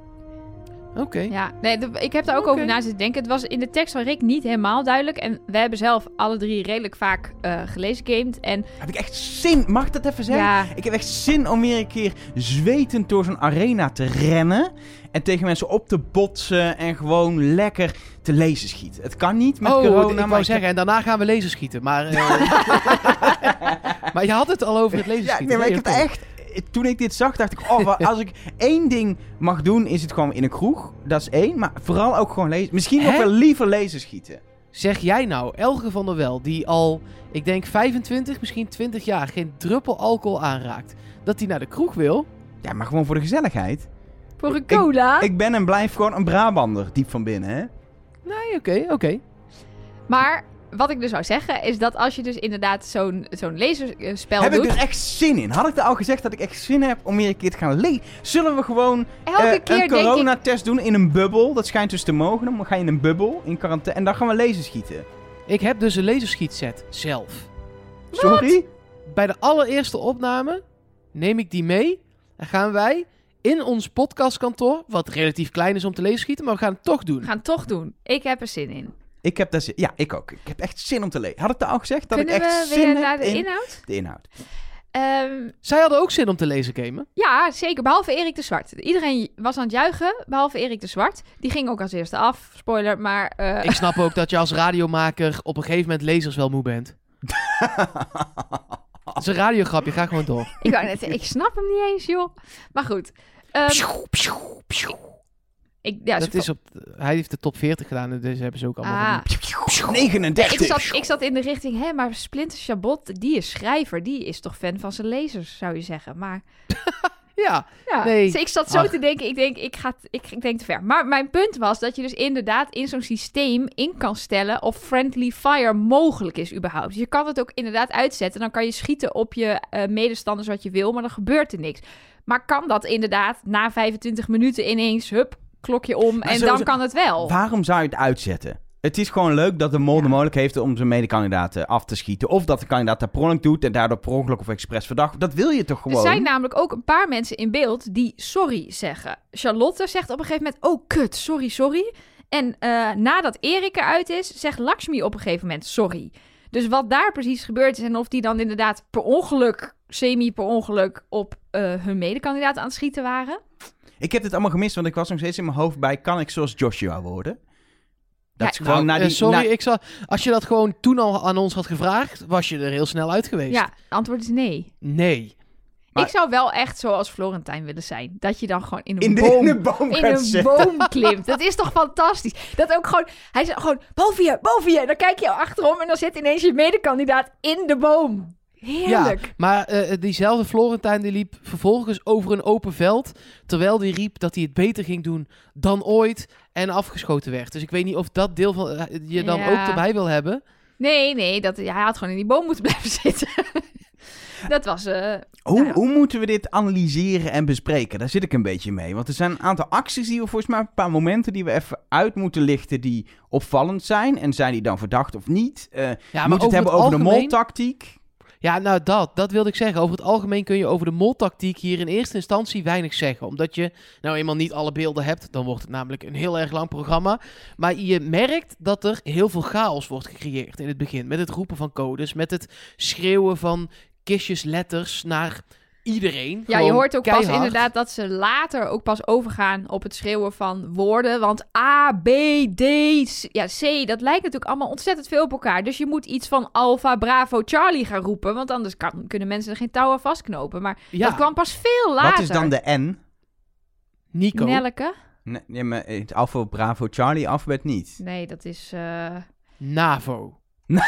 Oké. Ja, nee, de- ik heb daar ook Oké. over na zitten denken. Het was in de tekst van Rick niet helemaal duidelijk. En we hebben zelf alle drie redelijk vaak uh, gelezen gamed. En Heb ik echt zin, mag ik dat even zeggen? ja, Ik heb echt zin om weer een keer zwetend door zo'n arena te rennen. En tegen mensen op te botsen en gewoon lekker te lezen schieten. Het kan niet met oh, corona, ik maar wou ik zeggen, en daarna gaan we laserschieten. Maar, eh, maar je had het al over het heb... Ja, laserschieten. nee, maar ik Nee, heb dat echt... Toen ik dit zag, dacht ik, oh, wa- als ik één ding mag doen, is het gewoon in een kroeg. Dat is één, maar vooral ook gewoon lezen. Misschien nog Hè? wel liever lezen schieten. Zeg jij nou, Elge van der Wel, die al, ik denk vijfentwintig, misschien twintig jaar geen druppel alcohol aanraakt, dat hij naar de kroeg wil? Ja, maar gewoon voor de gezelligheid. voor een cola. Ik ben en blijf gewoon een Brabander, diep van binnen, hè. Nee, oké, oké. Maar wat ik dus zou zeggen, is dat als je dus inderdaad zo'n zo'n laserspel Heb doet... ik dus echt zin in. Had ik er al gezegd dat ik echt zin heb om weer een keer te gaan lezen? Zullen we gewoon elke eh, keer een denk ik... coronatest doen in een bubbel? Dat schijnt dus te mogen. Dan ga je in een bubbel, in quarantaine. En dan gaan we lezen schieten. Ik heb dus een laserschietset zelf. Sorry? Bij de allereerste opname neem ik die mee en gaan wij in ons podcastkantoor, wat relatief klein is om te laserschieten, maar we gaan het toch doen. We gaan het toch doen. Ik heb er zin in. Ik heb daar zin... Ja, ik ook. Ik heb echt zin om te lezen. Had ik daar al gezegd? Dat Kunnen ik echt we zin weer heb naar de in inhoud? de inhoud. Ehm, Zij hadden ook zin om te lezen gamen. ja, zeker. Behalve Erik de Zwart. Iedereen was aan het juichen, behalve Erik de Zwart. Die ging ook als eerste af. Spoiler, maar... eh, Ik snap ook dat je als radiomaker op een gegeven moment lezers wel moe bent. Dat is een radiograpje, ga gewoon door. ik wou net zeggen, ik snap hem niet eens, joh. Maar goed. Ehm, ik, ja, Dat ze- is op, hij heeft de top veertig gedaan en deze hebben ze ook allemaal Ah. van die- negenendertig. ik, zat, ik zat in de richting, hè, maar Splinter Chabot, die is schrijver. Die is toch fan van zijn lezers, zou je zeggen. Maar Ja, ja, Nee. dus ik zat zo Ach. te denken, ik denk, ik, ga, t- ik, ik denk te ver. Maar mijn punt was dat je dus inderdaad in zo'n systeem in kan stellen of friendly fire mogelijk is überhaupt. Dus je kan het ook inderdaad uitzetten. Dan kan je schieten op je eh, medestanders wat je wil, maar dan gebeurt er niks. Maar kan dat inderdaad na vijfentwintig minuten ineens, hup, klokje om Maar en sowieso- dan kan het wel. Waarom zou je het uitzetten? Het is gewoon leuk dat de mol de Ja. mogelijkheid heeft om zijn medekandidaten af te schieten. Of dat de kandidaat daar per ongeluk doet en daardoor per ongeluk of expres verdacht. Dat wil je toch gewoon? Er zijn namelijk ook een paar mensen in beeld die sorry zeggen. Charlotte zegt op een gegeven moment, oh kut, sorry, sorry. En eh, nadat Erik eruit is, zegt Lakshmi op een gegeven moment sorry. Dus wat daar precies gebeurd is en of die dan inderdaad per ongeluk, semi per ongeluk, op eh, hun medekandidaat aan het schieten waren. Ik heb dit allemaal gemist, want ik was nog steeds in mijn hoofd bij... Kan ik zoals Joshua worden? Dat Ja, is gewoon Nou, naar eh, die... sorry, naar- ik zal, als je dat gewoon toen al aan ons had gevraagd, was je er heel snel uit geweest. Ja, het antwoord is nee. Nee. Maar- Ik zou wel echt zoals Florentijn willen zijn. Dat je dan gewoon in een in, de, boom... in de boom in gaat een zitten. boom klimt. Dat is toch fantastisch? Dat ook gewoon... Hij zegt gewoon, boven je, boven je. En dan kijk je achterom en dan zit ineens je medekandidaat in de boom. Heerlijk. Ja, maar eh, diezelfde Florentijn die liep vervolgens over een open veld, terwijl die riep dat hij het beter ging doen dan ooit en afgeschoten werd. Dus ik weet niet of dat deel van eh, je dan Ja. ook erbij wil hebben. Nee, nee. Dat, ja, hij had gewoon in die boom moeten blijven zitten. Dat was... Uh, hoe, nou. hoe moeten we dit analyseren en bespreken? Daar zit ik een beetje mee. Want er zijn een aantal acties die we volgens mij... een paar momenten die we even uit moeten lichten... die opvallend zijn. En zijn die dan verdacht of niet? Uh, Ja, we moeten het hebben het over algemeen... de moltactiek. Ja, nou dat, dat wilde ik zeggen. Over het algemeen kun je over de moltactiek hier in eerste instantie weinig zeggen. Omdat je nou eenmaal niet alle beelden hebt. Dan wordt het namelijk een heel erg lang programma. Maar je merkt dat er heel veel chaos wordt gecreëerd in het begin. Met het roepen van codes, met het schreeuwen van kistjes, letters naar iedereen. Ja, je Gewoon hoort ook keihard. pas inderdaad dat ze later ook pas overgaan op het schreeuwen van woorden. Want A, B, D, C, ja, C, dat lijkt natuurlijk allemaal ontzettend veel op elkaar. Dus je moet iets van Alpha, Bravo, Charlie gaan roepen. Want anders kan, kunnen mensen er geen touw aan vastknopen. Maar Ja. dat kwam pas veel later. Wat is dan de N? Nico. Nelke? Nee, nee, maar het Alpha, Bravo, Charlie alfabet niet. Nee, dat is... Uh... NAVO.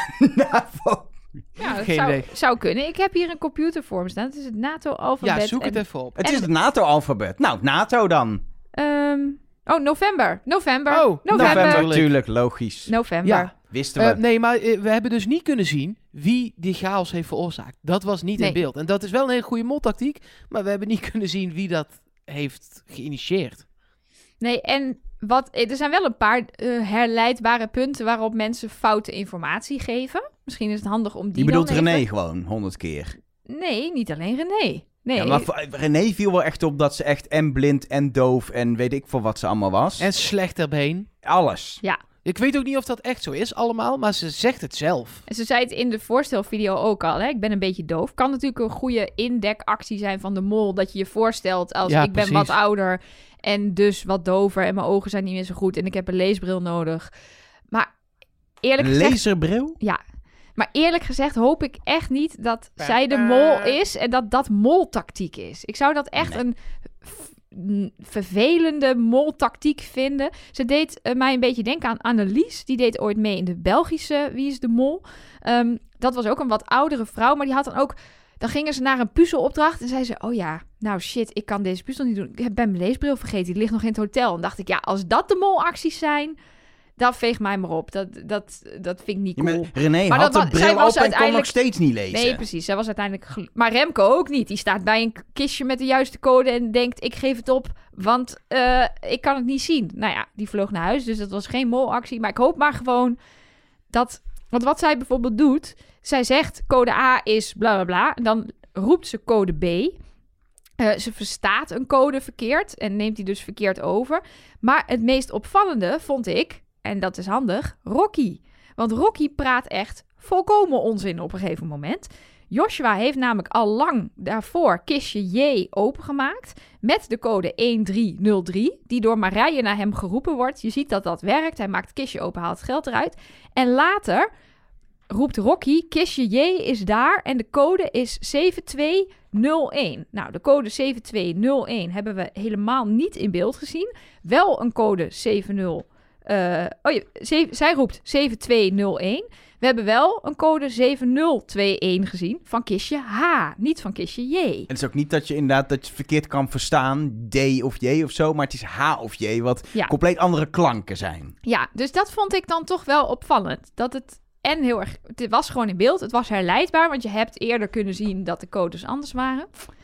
NAVO. Ja, dat Geen zou, idee. zou kunnen. Ik heb hier een computer voor me staan. Het is het NATO-alfabet. Ja, zoek het en, even op. Het En- is het NATO-alfabet. Nou, NATO dan. ehm, oh, november. November. Oh, november. November, November. tuurlijk, logisch. November. Ja. Wisten we. Uh, nee, maar uh, we hebben dus niet kunnen zien wie die chaos heeft veroorzaakt. Dat was niet Nee. in beeld. En dat is wel een hele goede moltactiek, maar we hebben niet kunnen zien wie dat heeft geïnitieerd. Nee, en wat, er zijn wel een paar uh, herleidbare punten waarop mensen foute informatie geven. Misschien is het handig om die Je bedoelt dan René even... gewoon, honderd keer. Nee, niet alleen René. Nee. Ja, maar voor- René viel wel echt op dat ze echt en blind en doof en weet ik veel wat ze allemaal was. En slecht erbeen. Alles. Ja. Ik weet ook niet of dat echt zo is allemaal, maar ze zegt het zelf. En ze zei het in de voorstelvideo ook al, hè? Ik ben een beetje doof. Kan natuurlijk een goede indekactie zijn van de mol. Dat je je voorstelt als Ja, ik ben precies. wat ouder en dus wat dover en mijn ogen zijn niet meer zo goed en ik heb een leesbril nodig. Maar eerlijk Een gezegd... laserbril? Ja, maar eerlijk gezegd hoop ik echt niet dat Pa, zij de pa. mol is en dat dat moltactiek is. Ik zou dat echt Nee. een f- n- vervelende moltactiek vinden. Ze deed eh, mij een beetje denken aan Annelies. Die deed ooit mee in de Belgische Wie is de Mol. Ehm, dat was ook een wat oudere vrouw, maar die had dan ook... Dan gingen ze naar een puzzelopdracht en zei ze... Oh ja, nou shit, ik kan deze puzzel niet doen. Ik ben mijn leesbril vergeten, die ligt nog in het hotel. En dacht ik, ja, als dat de molacties zijn... Dan veeg mij maar op. Dat, dat, dat vind ik niet Ja, cool. maar René Maar had dat de wa- zij bril was op en kon nog uiteindelijk- steeds niet lezen. Nee, precies. Zij was uiteindelijk... gel- Maar Remco ook niet. Die staat bij een k- kistje met de juiste code en denkt... Ik geef het op, want eh, ik kan het niet zien. Nou ja, die vloog naar huis. Dus dat was geen molactie. Maar ik hoop maar gewoon dat... Want wat zij bijvoorbeeld doet... Zij zegt code A is bla bla bla. En dan roept ze code B. Eh, ze verstaat een code verkeerd en neemt die dus verkeerd over. Maar het meest opvallende vond ik, en dat is handig, Rocky. Want Rocky praat echt volkomen onzin op een gegeven moment. Joshua heeft namelijk al lang daarvoor kistje J opengemaakt met de code een drie nul drie, die door Marije naar hem geroepen wordt. Je ziet dat dat werkt. Hij maakt het kistje open, haalt het geld eruit. En later roept Rocky, kistje J is daar en de code is zeven twee nul een. Nou, de code zeven twee nul een hebben we helemaal niet in beeld gezien. Wel een code zeven nul... Uh, oh ja, zeven, zij roept zeven twee nul een. We hebben wel een code zeven nul twee een gezien van kistje H, niet van kistje J. En het is ook niet dat je inderdaad dat je verkeerd kan verstaan, D of J of zo, maar het is H of J, wat Ja. compleet andere klanken zijn. Ja, dus dat vond ik dan toch wel opvallend. Dat het en heel erg... Het was gewoon in beeld. Het was herleidbaar, want je hebt eerder kunnen zien dat de codes anders waren.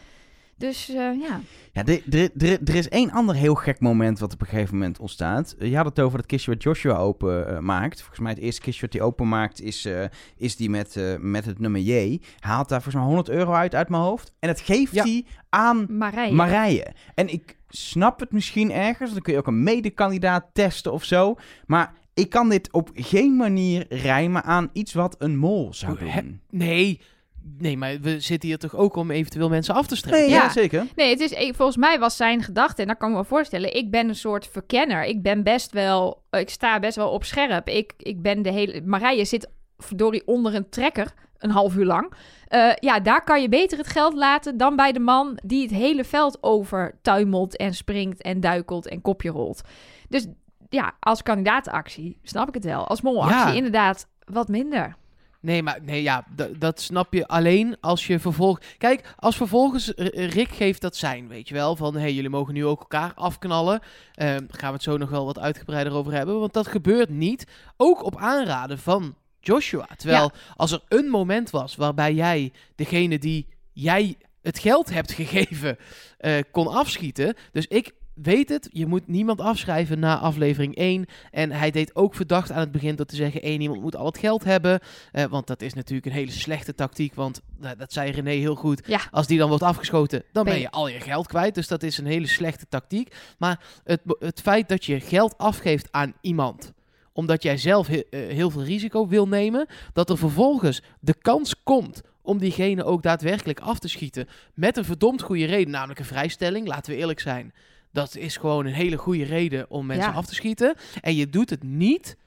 Dus uh, ja. Ja, er, er, er, er is één ander heel gek moment wat op een gegeven moment ontstaat. Je had het over dat kistje wat Joshua open uh, maakt. Volgens mij het eerste kistje wat hij openmaakt is, uh, is die met, uh, met het nummer J. Hij haalt daar volgens mij honderd euro uit uit mijn hoofd. En dat geeft Ja. hij aan Marije. Marije. En ik snap het misschien ergens. Dan kun je ook een medekandidaat testen of zo. Maar ik kan dit op geen manier rijmen aan iets wat een mol zou Hè? doen. Nee, nee, maar we zitten hier toch ook om eventueel mensen af te strepen? Nee, ja, Ja. zeker. Nee, het is, ik- volgens mij was zijn gedachte, en dat kan ik me wel voorstellen, ik ben een soort verkenner. Ik ben best wel, ik sta best wel op scherp. Ik, ik ben de hele, Marije zit verdorie onder een trekker, een half uur lang. Uh, ja, daar kan je beter het geld laten dan bij de man die het hele veld overtuimelt en springt en duikelt en kopje rolt. Dus ja, als kandidatenactie snap ik het wel. Als molactie Ja. inderdaad wat minder. Nee, maar nee, ja, d- dat snap je alleen als je vervolgens... Kijk, als vervolgens R- Rick geeft dat zijn, weet je wel, van hey, jullie mogen nu ook elkaar afknallen. Ehm, daar gaan we het zo nog wel wat uitgebreider over hebben, want dat gebeurt niet. Ook op aanraden van Joshua. Terwijl als er een moment was waarbij jij degene die jij het geld hebt gegeven, uh, kon afschieten. Dus ik weet het, je moet niemand afschrijven na aflevering één. En hij deed ook verdacht aan het begin door te zeggen, één, iemand moet al het geld hebben. Uh, want dat is natuurlijk een hele slechte tactiek, want uh, dat zei René heel goed. Ja. Als die dan wordt afgeschoten, dan ben Ben je je- al je geld kwijt. Dus dat is een hele slechte tactiek. Maar het, het feit dat je geld afgeeft aan iemand, omdat jij zelf he- uh, heel veel risico wil nemen, dat er vervolgens de kans komt om diegene ook daadwerkelijk af te schieten met een verdomd goede reden, namelijk een vrijstelling, laten we eerlijk zijn. Dat is gewoon een hele goede reden om mensen Ja. af te schieten. En je doet het niet.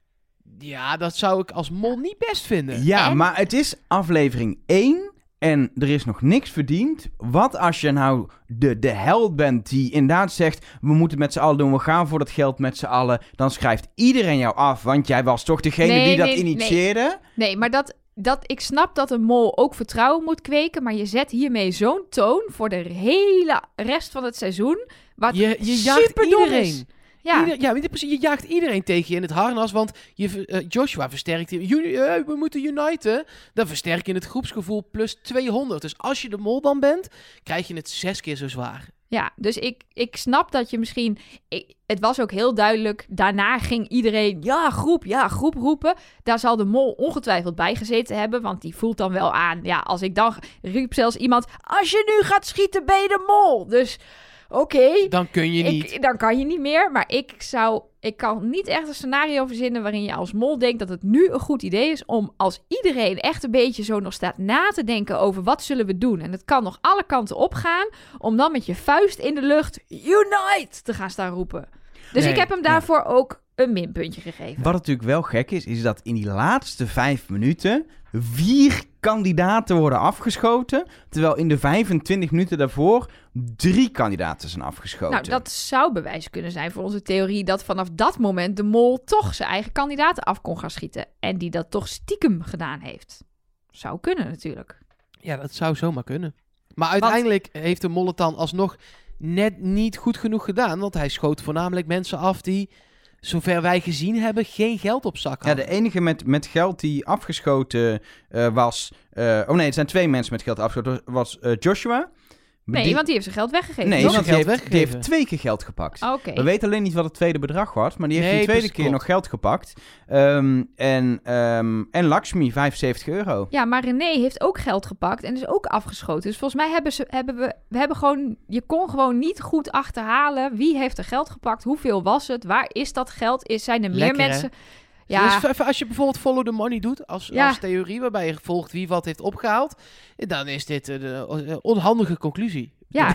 Ja, dat zou ik als mol niet best vinden. Ja, En- maar het is aflevering één en er is nog niks verdiend. Wat als je nou de, de held bent die inderdaad zegt, we moeten het met z'n allen doen, we gaan voor dat geld met z'n allen. Dan schrijft iedereen jou af, want jij was toch degene Nee, die dat nee, nee. initieerde. Nee, maar dat, dat, ik snap dat een mol ook vertrouwen moet kweken, maar je zet hiermee zo'n toon voor de hele rest van het seizoen, wat Je, je jaagt superdom iedereen. is. Ja, Ieder- ja, precies, je jaagt iedereen tegen je in het harnas, want je, ver- eh, Joshua versterkt je. Uni- eh, we moeten uniten. Dan versterk je het groepsgevoel plus tweehonderd. Dus als je de mol dan bent, krijg je het zes keer zo zwaar. ja, dus ik, ik snap dat je misschien... Ik, het was ook heel duidelijk, daarna ging iedereen ja, groep, ja, groep roepen. Daar zal de mol ongetwijfeld bij gezeten hebben, want die voelt dan wel aan. Ja, als ik dan riep zelfs iemand, als je nu gaat schieten, ben je de mol. Dus oké, Dan kun je niet. ik, dan kan je niet meer. Maar ik zou, ik kan niet echt een scenario verzinnen waarin je als mol denkt dat het nu een goed idee is om als iedereen echt een beetje zo nog staat na te denken over wat zullen we doen. En het kan nog alle kanten opgaan om dan met je vuist in de lucht unite te gaan staan roepen. Dus Nee, ik heb hem daarvoor ook een minpuntje gegeven. Wat natuurlijk wel gek is, is dat in die laatste vijf minuten vier kandidaten worden afgeschoten, terwijl in de vijfentwintig minuten daarvoor drie kandidaten zijn afgeschoten. Nou, dat zou bewijs kunnen zijn voor onze theorie dat vanaf dat moment de mol toch zijn eigen kandidaten af kon gaan schieten. En die dat toch stiekem gedaan heeft. Zou kunnen natuurlijk. Ja, dat zou zomaar kunnen. Maar uiteindelijk heeft de Molletan alsnog net niet goed genoeg gedaan. Want hij schoot voornamelijk mensen af die, zover wij gezien hebben, geen geld op zak Ja, hadden. de enige met, met geld die afgeschoten uh, was... Uh, oh nee, het zijn twee mensen met geld afgeschoten. was uh, Joshua. Nee, die, want die heeft zijn geld weggegeven. Nee, Nog want een die geld heeft, die weggegeven. heeft twee keer geld gepakt. Oké. We weten alleen niet wat het tweede bedrag was, maar die heeft Nee, de tweede dus keer klopt. nog geld gepakt. Um, en, um, en Lakshmi, vijfenzeventig euro. Ja, maar René heeft ook geld gepakt en is ook afgeschoten. Dus volgens mij hebben ze, hebben we, we hebben gewoon, je kon gewoon niet goed achterhalen wie heeft er geld gepakt, hoeveel was het, waar is dat geld, is, zijn er meer Lekker, hè? mensen... Ja, Dus even als je bijvoorbeeld follow the money doet als, Ja. als theorie, waarbij je volgt wie wat heeft opgehaald, dan is dit een uh, onhandige conclusie. ja,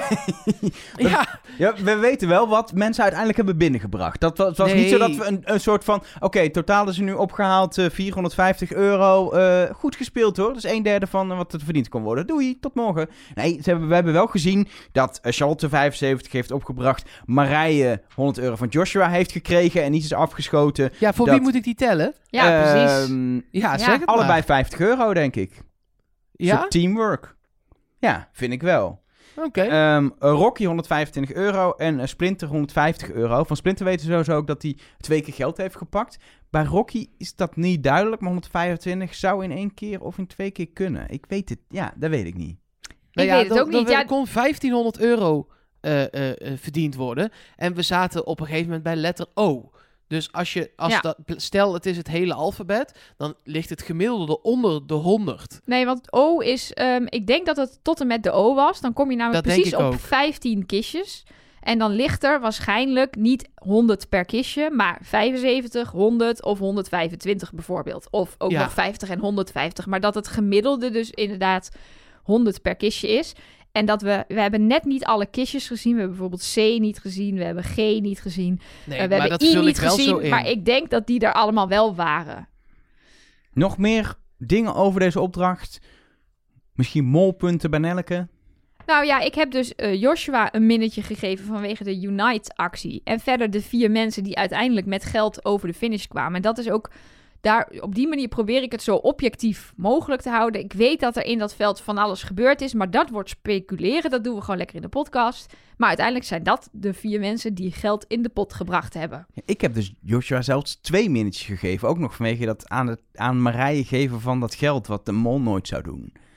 Ja, Ja, we weten wel wat mensen uiteindelijk hebben binnengebracht. Dat was, het was Nee. niet zo dat we een, een soort van... Oké, okay, totaal is er nu opgehaald uh, vierhonderdvijftig euro. Uh, goed gespeeld hoor. Dat is een derde van uh, wat het verdiend kon worden. Doei, tot morgen. Nee, ze hebben, we hebben wel gezien dat uh, Charlotte vijfenzeventig heeft opgebracht. Marije honderd euro van Joshua heeft gekregen en niet is afgeschoten. ja voor Dat- wie moet ik die tellen? ja precies. Ehm, Ja, Ja, zeg het allebei maar. vijftig euro, denk ik. Ja? Soort teamwork. Ja, vind ik wel. Oké. Ehm, Rocky honderdvijfentwintig euro en uh, Splinter honderdvijftig euro. Van Splinter weten we sowieso ook dat hij twee keer geld heeft gepakt. Bij Rocky is dat niet duidelijk, maar honderdvijfentwintig zou in één keer of in twee keer kunnen. Ik weet het, ja, dat weet ik niet. Nou Ik weet het dan- ook dan niet, Er ja. kon vijftienhonderd euro uh, uh, uh, verdiend worden. En we zaten op een gegeven moment bij letter O. Dus als je, als Ja. dat, stel het is het hele alfabet, dan ligt het gemiddelde onder de honderd. Nee, want O is, ehm, ik denk dat het tot en met de O was. Dan kom je namelijk Dat denk precies ik op ook. vijftien kistjes. En dan ligt er waarschijnlijk niet honderd per kistje, maar vijfenzeventig, honderd of honderdvijfentwintig bijvoorbeeld. Of ook Ja. nog vijftig en honderdvijftig. Maar dat het gemiddelde dus inderdaad honderd per kistje is. En dat we, we hebben net niet alle kistjes gezien. We hebben bijvoorbeeld C niet gezien, we hebben G niet gezien. Nee, Eh, we maar hebben dat I vul niet ik wel zo gezien, in. maar ik denk dat die er allemaal wel waren. Nog meer dingen over deze opdracht? Misschien molpunten bij Nelleke? Nou ja, ik heb dus uh, Joshua een minnetje gegeven vanwege de Unite-actie. En verder de vier mensen die uiteindelijk met geld over de finish kwamen. En dat is ook... Daar, op die manier probeer ik het zo objectief mogelijk te houden. Ik weet dat er in dat veld van alles gebeurd is, maar dat wordt speculeren. Dat doen we gewoon lekker in de podcast. Maar uiteindelijk zijn dat de vier mensen die geld in de pot gebracht hebben. Ik heb dus Joshua zelfs twee minnetjes gegeven. Ook nog vanwege dat aan, het, aan Marije geven van dat geld wat de mol nooit zou doen.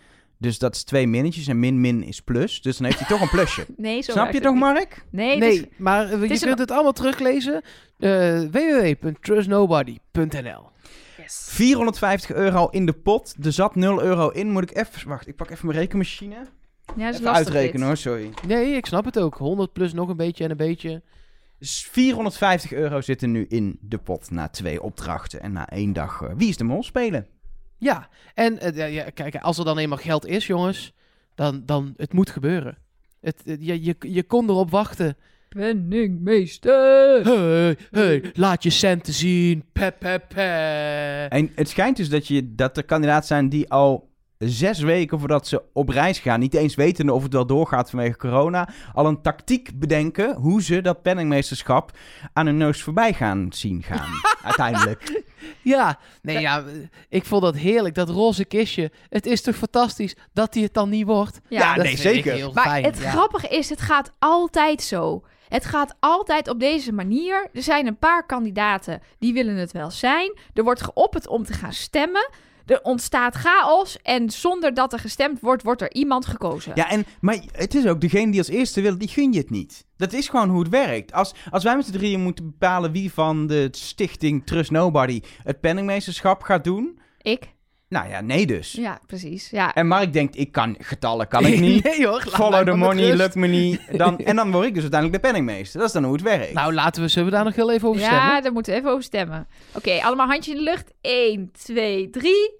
Dus dat is twee minnetjes en min min is plus. Dus dan heeft hij toch een plusje. Nee, zo Snap je werkt toch, het niet. Mark? Nee, Nee, dus- maar uh, je is kunt een- het allemaal teruglezen. Uh, w w w punt trust nobody punt n l yes. vierhonderdvijftig euro in de pot. Er zat nul euro in. Moet ik even... Wacht, ik pak even mijn rekenmachine. Ja, dat is Even lastig uitrekenen dit. hoor, sorry. Nee, ik snap het ook. honderd plus nog een beetje en een beetje. Dus vierhonderdvijftig euro zitten nu in de pot na twee opdrachten en na één dag uh, Wie is de Mol spelen. Ja, en uh, ja, ja, kijk, als er dan eenmaal geld is, jongens, dan, dan het moet gebeuren. Het, uh, je, je, je kon erop wachten. Penningmeester. Hey, hey, laat je centen zien. Pe, pe, pe. En het schijnt dus dat, je, dat er kandidaten zijn die al zes weken voordat ze op reis gaan, niet eens wetende of het wel doorgaat vanwege corona, al een tactiek bedenken hoe ze dat penningmeesterschap aan hun neus voorbij gaan zien gaan. Uiteindelijk. Ja, nee, ja, ik vond dat heerlijk, dat roze kistje. Het is toch fantastisch dat hij het dan niet wordt? Ja, Ja, Dat nee, vind ik zeker. heel Maar fijn, het ja. grappige is, het gaat altijd zo. Het gaat altijd op deze manier. Er zijn een paar kandidaten die willen het wel zijn. Er wordt geopperd om te gaan stemmen. Er ontstaat chaos en zonder dat er gestemd wordt, wordt er iemand gekozen. Ja, en, maar het is ook degene die als eerste wil, die gun je het niet. Dat is gewoon hoe het werkt. Als, als wij met z'n drieën moeten bepalen wie van de stichting Trust Nobody het penningmeesterschap gaat doen. Ik? Nou ja, nee dus. Ja, precies. Ja. En Mark denkt, ik kan getallen, kan ik niet. Nee hoor, laat mij Follow the maar met money, rust. lukt me niet. Dan, en dan word ik dus uiteindelijk de penningmeester. Dat is dan hoe het werkt. Nou, laten we, zullen we daar nog heel even over Ja, stemmen? daar moeten we even over stemmen. Oké, allemaal handjes in de lucht. één, twee, drie.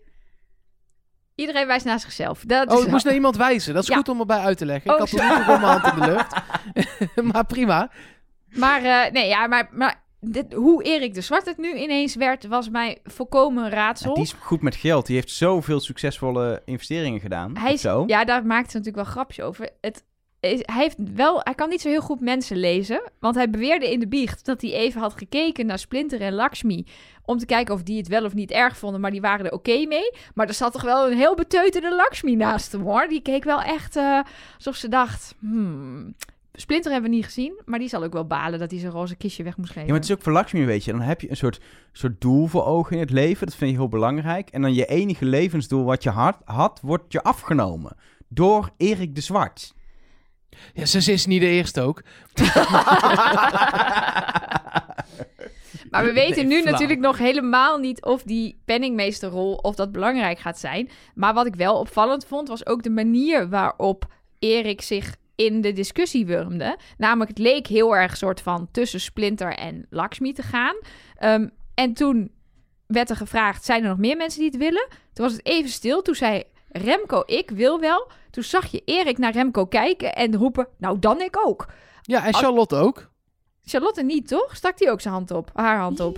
Iedereen wijst naar zichzelf. Dat Oh, is ik moest naar iemand wijzen. Dat is Ja. goed om erbij uit te leggen. Oh, Ik had nog niet gewoon mijn hand in de lucht. Maar prima. Maar, uh, nee, ja, maar, maar dit, hoe Erik de Zwart het nu ineens werd, was mij volkomen een raadsel. Ja, die is goed met geld. Die heeft zoveel succesvolle investeringen gedaan. Hij of is, zo. ja, daar maakt ze natuurlijk wel grapjes over. Het is, hij, heeft wel, hij kan niet zo heel goed mensen lezen. Want hij beweerde in de biecht dat hij even had gekeken naar Splinter en Lakshmi. Om te kijken of die het wel of niet erg vonden. Maar die waren er oké mee. Maar er zat toch wel een heel beteuterde Lakshmi naast hem, hoor. Die keek wel echt uh, alsof ze dacht... Hmm, Splinter hebben we niet gezien. Maar die zal ook wel balen dat hij zijn roze kistje weg moest geven. Ja, maar het is ook voor Lakshmi, weet je. Dan heb je een soort, soort doel voor ogen in het leven. Dat vind je heel belangrijk. En dan je enige levensdoel wat je had, had wordt je afgenomen. Door Erik de Zwart. Ja, ze is niet de eerste ook. Maar we weten Nee, nu flauw. natuurlijk nog helemaal niet of die penningmeesterrol of dat belangrijk gaat zijn. Maar wat ik wel opvallend vond, was ook de manier waarop Erik zich in de discussie wurmde. Namelijk, het leek heel erg soort van tussen Splinter en Lakshmi te gaan. Um, en toen werd er gevraagd, zijn er nog meer mensen die het willen? Toen was het even stil. Toen zei Remco, ik wil wel. Toen zag je Erik naar Remco kijken en roepen, nou dan ik ook. Ja, en Charlotte ook. Charlotte niet, toch? Stak die ook zijn hand op, haar hand op?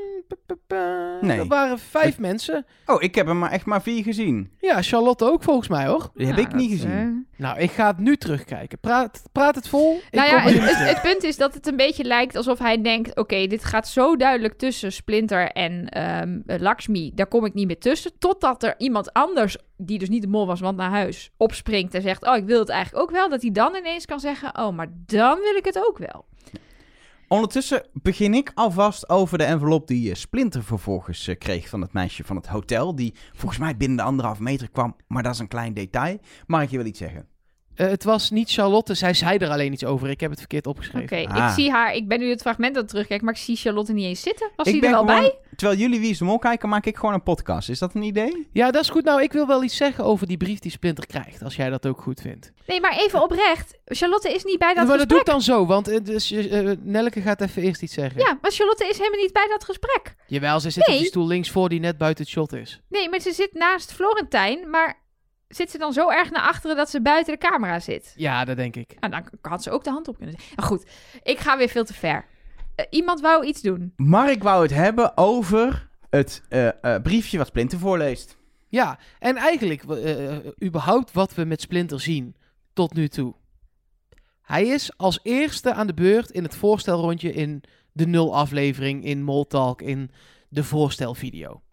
Nee. Er waren vijf mensen. Oh, ik heb hem maar echt maar vier gezien. Ja, Charlotte ook volgens mij hoor. Die heb Nou, ik niet dat, gezien. eh, Nou, ik ga het nu terugkijken. Praat, praat het vol. Ik Nou kom ja, er het, niet het, terug. het punt is dat het een beetje lijkt alsof hij denkt... oké, okay, dit gaat zo duidelijk tussen Splinter en um, Lakshmi. Daar kom ik niet meer tussen. Totdat er iemand anders, die dus niet de mol was, want naar huis, opspringt en zegt... oh, ik wil het eigenlijk ook wel. Dat hij dan ineens kan zeggen... oh, maar dan wil ik het ook wel. Ondertussen begin ik alvast over de envelop die uh, Splinter vervolgens uh, kreeg van het meisje van het hotel. Die volgens mij binnen de anderhalve meter kwam, maar dat is een klein detail. Mag ik je wel iets zeggen? Uh, het was niet Charlotte, zij zei er alleen iets over. Ik heb het verkeerd opgeschreven. Oké, okay, Ah. ik zie haar... Ik ben nu het fragment aan het terugkijken, maar ik zie Charlotte niet eens zitten. Was ik die er ben wel gewoon, bij? Terwijl jullie Wie is de Mol kijken, maak ik gewoon een podcast. Is dat een idee? Ja, dat is goed. Nou, ik wil wel iets zeggen over die brief die Splinter krijgt. Als jij dat ook goed vindt. Nee, maar even oprecht. Charlotte is niet bij dat maar gesprek. dat doe ik dan zo, want uh, dus, uh, Nelleke gaat even eerst iets zeggen. Ja, maar Charlotte is helemaal niet bij dat gesprek. Jawel, ze zit Nee. op die stoel links voor die net buiten het shot is. Nee, maar ze zit naast Florentijn, maar zit ze dan zo erg naar achteren dat ze buiten de camera zit? Ja, dat denk ik. Nou, dan had ze ook de hand op kunnen zetten. Maar goed, ik ga weer veel te ver. Uh, iemand wou iets doen. Mark wou het hebben over het uh, uh, briefje wat Splinter voorleest. Ja, en eigenlijk uh, überhaupt wat we met Splinter zien tot nu toe. Hij is als eerste aan de beurt in het voorstelrondje in de nul aflevering, in Moltalk, in de voorstelvideo.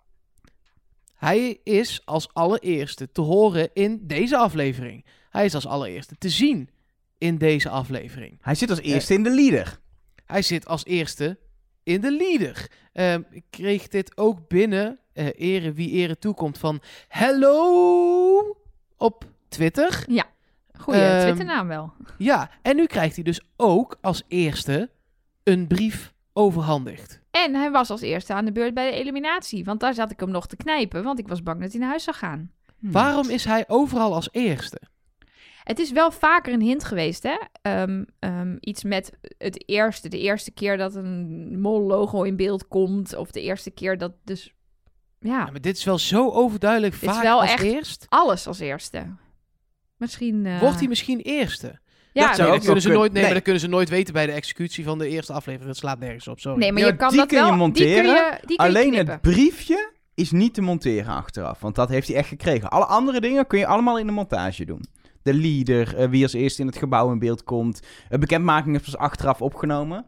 Hij is als allereerste te horen in deze aflevering. Hij is als allereerste te zien in deze aflevering. Hij zit als eerste uh, in de leader. Hij zit als eerste in de leader. Uh, ik kreeg dit ook binnen, uh, ere wie ere toekomt, van hello op Twitter. Goeie Ehm, Twitternaam wel. Ja, en nu krijgt hij dus ook als eerste een brief overhandigd. En hij was als eerste aan de beurt bij de eliminatie. Want daar zat ik hem nog te knijpen, want ik was bang dat hij naar huis zou gaan. Hmm. Waarom is hij overal als eerste? Het is wel vaker een hint geweest, hè? Um, um, iets met het eerste. De eerste keer dat een mol-logo in beeld komt. Of de eerste keer dat dus... Ja, Ja, maar dit is wel zo overduidelijk Dit is vaak wel als echt- eerst. alles als eerste. Misschien... uh, Wordt hij misschien eerste? Ja, Dat zou Nee, ook dat kunnen ze wel nooit, nee, kunnen. maar dat kunnen ze nooit weten bij de executie van de eerste aflevering. Dat slaat nergens op, sorry. nee, maar Ja, je kan die dat kun je wel... monteren, Die kun je, die kun je Alleen knippen. het briefje is niet te monteren achteraf. Want dat heeft hij echt gekregen. Alle andere dingen kun je allemaal in de montage doen. De leader, eh, wie als eerste in het gebouw in beeld komt. Een bekendmaking is pas achteraf opgenomen.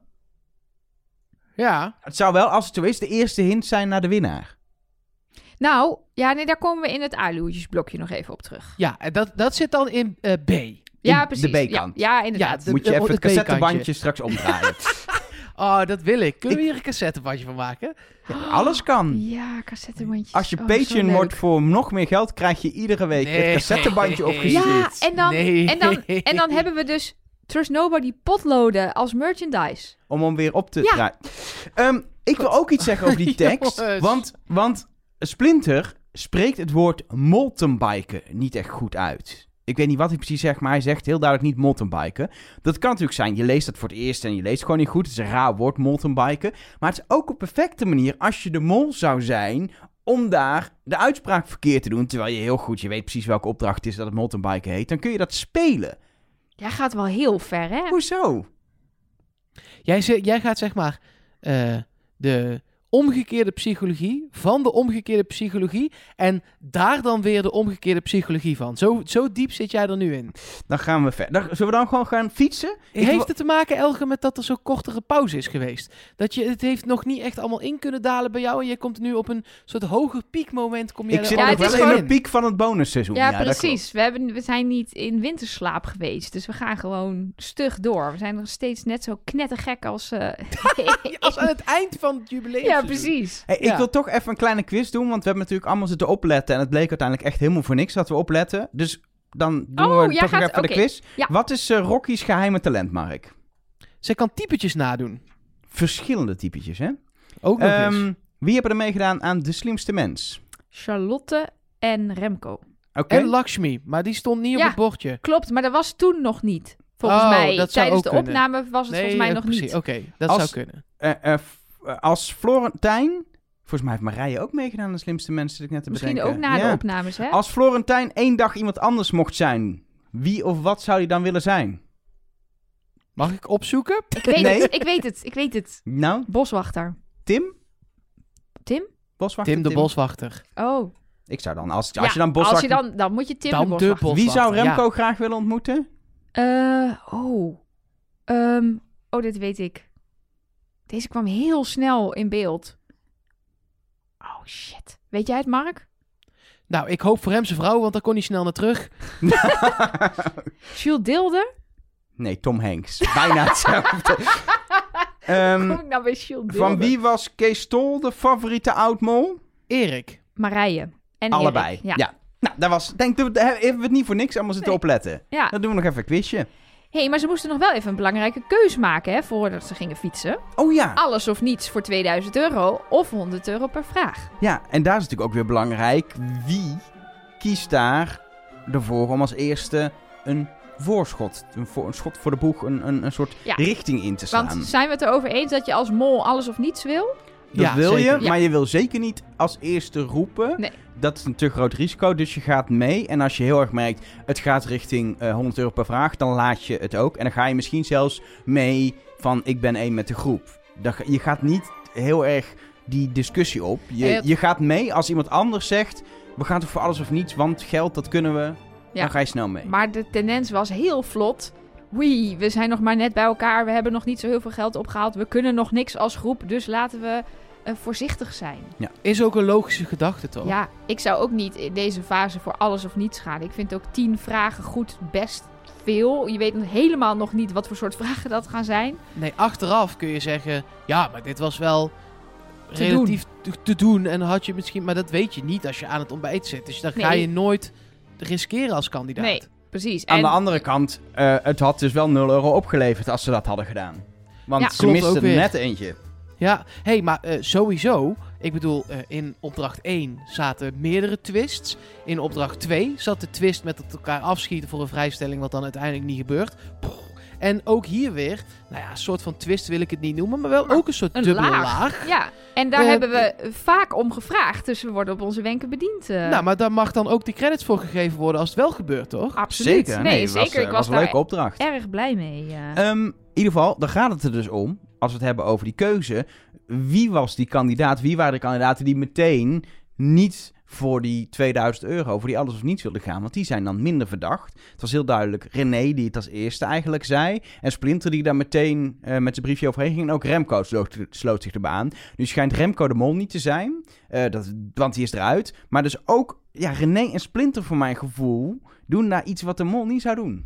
Ja, Het zou wel, als het zo is, de eerste hint zijn naar de winnaar. Nou, ja, nee, daar komen we in het aluhoedjesblokje nog even op terug. ja en dat, dat zit dan in eh, B. Ja, de precies. B-kant. Ja, ja, inderdaad. Ja, de- Moet je eh, even het het cassettebandje straks omdraaien. Oh, dat wil ik. Kunnen we hier een cassettebandje van maken? Ja, alles kan. Ja, cassettebandjes. Als je Oh, zo Patreon leuk. wordt voor nog meer geld, krijg je iedere week Nee. het cassettebandje opgestuurd. Ja, en dan, Nee. en, dan, en dan hebben we dus Trust Nobody potloden als merchandise. Om hem weer op te Ja. draaien. Ehm, ik wil ook iets zeggen over die tekst. Jongens. want, want Splinter spreekt het woord mountainbiken niet echt goed uit. Ik weet niet wat hij precies zegt, maar hij zegt heel duidelijk niet mountainbiken. Dat kan natuurlijk zijn, je leest dat voor het eerst en je leest gewoon niet goed. Het is een raar woord, mountainbiken. Maar het is ook op perfecte manier als je de mol zou zijn om daar de uitspraak verkeerd te doen. Terwijl je heel goed, je weet precies welke opdracht het is dat het mountainbiken heet. Dan kun je dat spelen. Jij gaat wel heel ver, hè? Hoezo? Jij, ze- jij gaat zeg maar eh, de omgekeerde psychologie van de omgekeerde psychologie en daar dan weer de omgekeerde psychologie van. Zo, zo diep zit jij er nu in. Dan gaan we verder. Zullen we dan gewoon gaan fietsen? Ik Heeft wil- het te maken, Elge, met dat er zo'n kortere pauze is geweest? Dat je, het heeft nog niet echt allemaal in kunnen dalen bij jou en je komt nu op een soort hoger piekmoment. Kom jij Ik er zit Ja, nog het is wel in gewoon- de piek van het bonusseizoen. Ja, dat precies. We, hebben, we zijn niet in winterslaap geweest. Dus we gaan gewoon stug door. We zijn nog steeds net zo knettergek als... eh, Als aan het eind van het jubileum. ja, precies. Hey, Ja. Ik wil toch even een kleine quiz doen, want we hebben natuurlijk allemaal zitten opletten. En het bleek uiteindelijk echt helemaal voor niks dat we opletten. Dus dan doen Oh, we jij toch nog gaat- even de oké. quiz. Ja. Wat is eh, Rocky's geheime talent, Mark? Zij kan typetjes nadoen. Verschillende typetjes, hè? Ook nog eens. Ehm, wie hebben er meegedaan aan De Slimste Mens? Charlotte en Remco. Oké. En Lakshmi, maar die stond niet op Ja. het bordje. Klopt, maar dat was toen nog niet. Volgens Oh, mij, dat zou tijdens ook de kunnen. opname was het volgens mij eh, nog precies. niet. Oké, dat Als- zou kunnen. Eh, eh, f- eh, als Florentijn... Volgens mij heeft Marije ook meegedaan aan De Slimste Mens, zit ik net te Misschien bedenken. ook na Ja. de opnames, hè? Als Florentijn één dag iemand anders mocht zijn, wie of wat zou hij dan willen zijn? Mag ik opzoeken? Ik weet Nee. het, ik weet het, ik weet het. Nou, Boswachter. Tim? Tim? Boswachter? Tim de Boswachter. Oh. Ik zou dan, als, als Ja, je dan Boswachter... Als je dan, dan moet je Tim Dan de de Boswachter. Boswachter. Wie zou Remco ja. graag willen ontmoeten? Eh, oh. Ehm, oh, dit weet ik. Deze kwam heel snel in beeld. Oh, shit. Weet jij het, Mark? Nou, ik hoop voor hem zijn vrouw, want dan kon hij snel naar terug. Jules Deelder? Nee, Tom Hanks. Bijna hetzelfde. Ehm, Kom ik nou bij Jules Deelder? van wie was Kees Tol de favoriete oudmol? Erik. Marije. En Allebei. Erik. Ja. Ja. Nou, dat was... Denk, dat we- daar hebben we het niet voor niks allemaal zitten Nee. opletten. ja. Dan doen we nog even een quizje. hey, maar ze moesten nog wel even een belangrijke keuze maken, hè, voordat ze gingen fietsen. Oh ja. Alles of niets voor tweeduizend euro of honderd euro per vraag. Ja, en daar is natuurlijk ook weer belangrijk. Wie kiest daar ervoor om als eerste een voorschot, een, voor, een schot voor de boeg, een, een, een soort Ja. richting in te slaan? Want zijn we het erover eens dat je als mol alles of niets wil? Dat Ja, wil zeker. je, Ja. maar je wil zeker niet als eerste roepen. Nee. Dat is een te groot risico, dus je gaat mee. En als je heel erg merkt, het gaat richting eh, honderd euro per vraag, dan laat je het ook. En dan ga je misschien zelfs mee van, ik ben één met de groep. Dan ga- je gaat niet heel erg die discussie op. Je, Ja. je gaat mee als iemand anders zegt, we gaan toch voor alles of niets, want geld, dat kunnen we. Ja. Dan ga je snel mee. Maar de tendens was heel vlot. Wee, we zijn nog maar net bij elkaar. We hebben nog niet zo heel veel geld opgehaald. We kunnen nog niks als groep. Dus laten we eh, voorzichtig zijn. Is ook een logische gedachte, toch? Ja, ik zou ook niet in deze fase voor alles of niets gaan. Ik vind ook tien vragen goed best veel. Je weet nog helemaal nog niet wat voor soort vragen dat gaan zijn. Nee, achteraf kun je zeggen, ja, maar dit was wel Te relatief te, te doen. En had je misschien, maar dat weet je niet als je aan het ontbijt zit. Dus dan ga Nee. je nooit riskeren als kandidaat. Nee, precies. Aan En de andere kant, uh, het had dus wel nul euro opgeleverd als ze dat hadden gedaan. Want Ja, ze klopt misten ook weer. net eentje. Ja, hey, maar uh, sowieso, ik bedoel, uh, in opdracht één zaten meerdere twists. In opdracht twee zat de twist met het elkaar afschieten voor een vrijstelling, wat dan uiteindelijk niet gebeurt. Poeh. En ook hier weer, nou ja, een soort van twist wil ik het niet noemen, maar wel ook een soort een dubbele laag. laag. Ja, en daar Uh, hebben we vaak om gevraagd. Dus we worden op onze wenken bediend. Uh. Nou, maar daar mag dan ook de credits voor gegeven worden als het wel gebeurt, toch? Absoluut. Zeker. Nee, het zeker. Was, uh, ik was, was een daar leuke opdracht. erg blij mee. Uh. Um, in ieder geval, daar gaat het er dus om. Als we het hebben over die keuze. Wie was die kandidaat? Wie waren de kandidaten die meteen niet voor die tweeduizend euro, voor die alles of niets wilden gaan? Want die zijn dan minder verdacht. Het was heel duidelijk René die het als eerste eigenlijk zei. En Splinter die daar meteen uh, met zijn briefje overheen ging. En ook Remco sloot, sloot zich erbij aan. Nu schijnt Remco de mol niet te zijn. Uh, dat, want die is eruit. Maar dus ook ja, René en Splinter voor mijn gevoel doen daar iets wat de mol niet zou doen.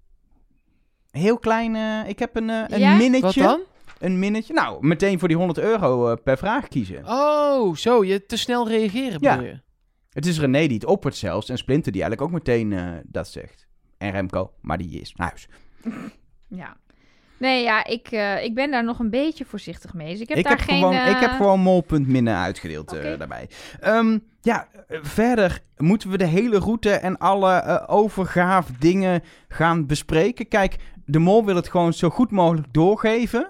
Heel klein, uh, ik heb een, uh, een Ja? minnetje. Wat dan? Een minnetje. Nou, meteen voor die honderd euro uh, per vraag kiezen. Oh, zo, je te snel reageren Ja. bedoel je? Het is René die het oppert zelfs. En Splinter die eigenlijk ook meteen uh, dat zegt. En Remco, maar die is naar huis. Ja. Nee, ja, ik, uh, ik ben daar nog een beetje voorzichtig mee. Dus ik heb ik, daar heb geen... gewoon, uh, ik heb gewoon molpuntminnen uitgedeeld uh, Oké. daarbij. Um, ja, uh, verder moeten we de hele route en alle uh, overgaaf dingen gaan bespreken. Kijk, de mol wil het gewoon zo goed mogelijk doorgeven.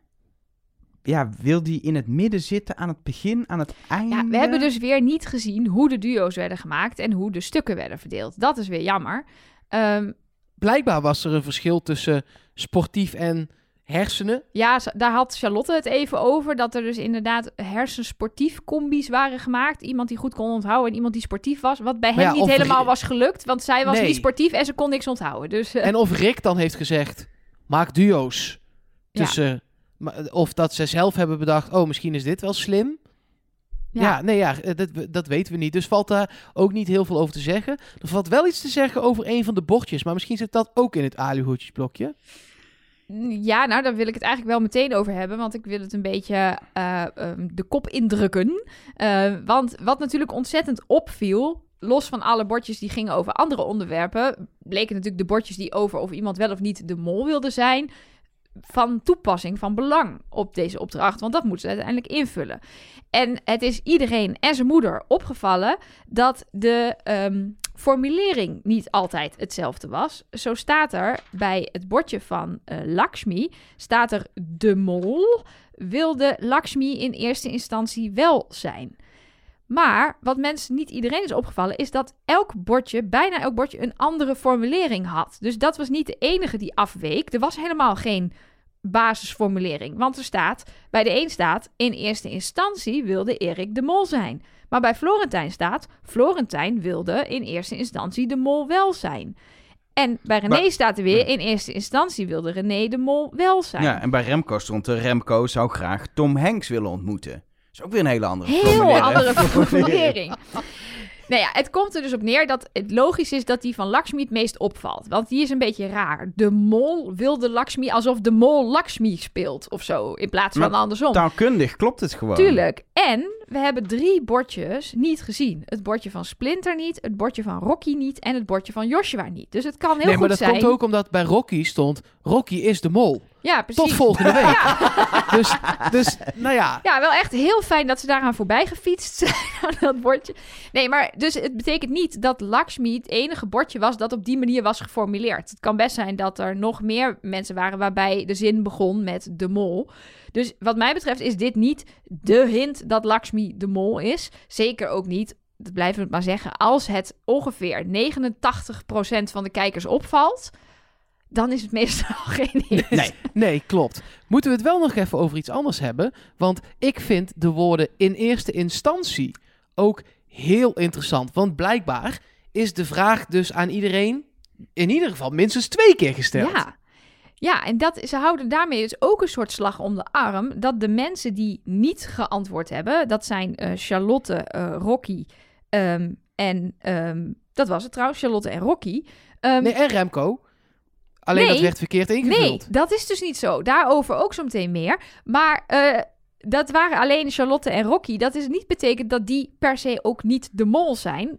Ja, wil die in het midden zitten aan het begin, aan het einde? Ja, we hebben dus weer niet gezien hoe de duo's werden gemaakt en hoe de stukken werden verdeeld. Dat is weer jammer. Um, Blijkbaar was er een verschil tussen sportief en hersenen. ja, z- daar had Charlotte het even over. Dat er dus inderdaad hersensportief combi's waren gemaakt. Iemand die goed kon onthouden en iemand die sportief was. Wat bij Maar hem ja, niet of helemaal Ri- was gelukt. Want zij was Nee. niet sportief en ze kon niks onthouden. Dus uh, En of Rick dan heeft gezegd, maak duo's tussen... ma- Of dat ze zelf hebben bedacht, oh, misschien is dit wel slim. Ja, ja. nee, ja, eh, dat, dat weten we niet. Dus valt daar ook niet heel veel over te zeggen. Er valt wel iets te zeggen over een van de bordjes. Maar misschien zit dat ook in het aluhoedjesblokje. Ja, nou, daar wil ik het eigenlijk wel meteen over hebben. Want ik wil het een beetje uh, um, de kop indrukken. Uh, want wat natuurlijk ontzettend opviel... los van alle bordjes die gingen over andere onderwerpen... bleken natuurlijk de bordjes die over of iemand wel of niet de mol wilde zijn... van toepassing, van belang op deze opdracht. Want dat moeten ze uiteindelijk invullen. En het is iedereen en zijn moeder opgevallen... dat de um, formulering niet altijd hetzelfde was. Zo staat er bij het bordje van uh, Lakshmi... staat er de mol wilde Lakshmi in eerste instantie wel zijn... Maar wat mensen, niet iedereen is opgevallen, is dat elk bordje, bijna elk bordje, een andere formulering had. Dus dat was niet de enige die afweek. Er was helemaal geen basisformulering. Want er staat, bij de een staat, in eerste instantie wilde Erik de mol zijn. Maar bij Florentijn staat, Florentijn wilde in eerste instantie de mol wel zijn. En bij René Maar- staat er weer, in eerste instantie wilde René de mol wel zijn. Ja, en bij Remco stond er... Remco zou graag Tom Hanks willen ontmoeten. Dat is ook weer een hele andere Heel formulering. andere formulering. Nou ja, het komt er dus op neer dat het logisch is dat die van Lakshmi het meest opvalt. Want die is een beetje raar. De mol wilde Lakshmi alsof de mol Lakshmi speelt of zo. In plaats van Maar andersom. Taalkundig klopt het gewoon. Tuurlijk. En we hebben drie bordjes niet gezien. Het bordje van Splinter niet, het bordje van Rocky niet en het bordje van Joshua niet. Dus het kan heel nee, goed maar dat zijn. komt ook omdat bij Rocky stond... Rocky is de mol. Ja, precies. Tot volgende week. Dus, dus, nou ja... Ja, wel echt heel fijn dat ze daaraan voorbij gefietst zijn aan dat bordje. Nee, maar dus het betekent niet dat Lakshmi het enige bordje was dat op die manier was geformuleerd. Het kan best zijn dat er nog meer mensen waren waarbij de zin begon met de mol. Dus wat mij betreft is dit niet de hint dat Lakshmi de mol is. Zeker ook niet, dat blijven we het maar zeggen, als het ongeveer negenentachtig procent van de kijkers opvalt, dan is het meestal geen hint. Nee. Nee, klopt. Moeten we het wel nog even over iets anders hebben? Want ik vind de woorden in eerste instantie ook heel interessant. Want blijkbaar is de vraag dus aan iedereen in ieder geval minstens twee keer gesteld. Ja. Ja, en dat, ze houden daarmee dus ook een soort slag om de arm. Dat de mensen die niet geantwoord hebben, dat zijn uh, Charlotte, uh, Rocky um, en um, dat was het trouwens, Charlotte en Rocky. Um, Nee, en Remco. Alleen Nee. dat werd verkeerd ingevuld. nee, dat is dus niet zo. Daarover ook zo meteen meer. Maar uh, dat waren alleen Charlotte en Rocky. Dat is niet betekent dat die per se ook niet de mol zijn.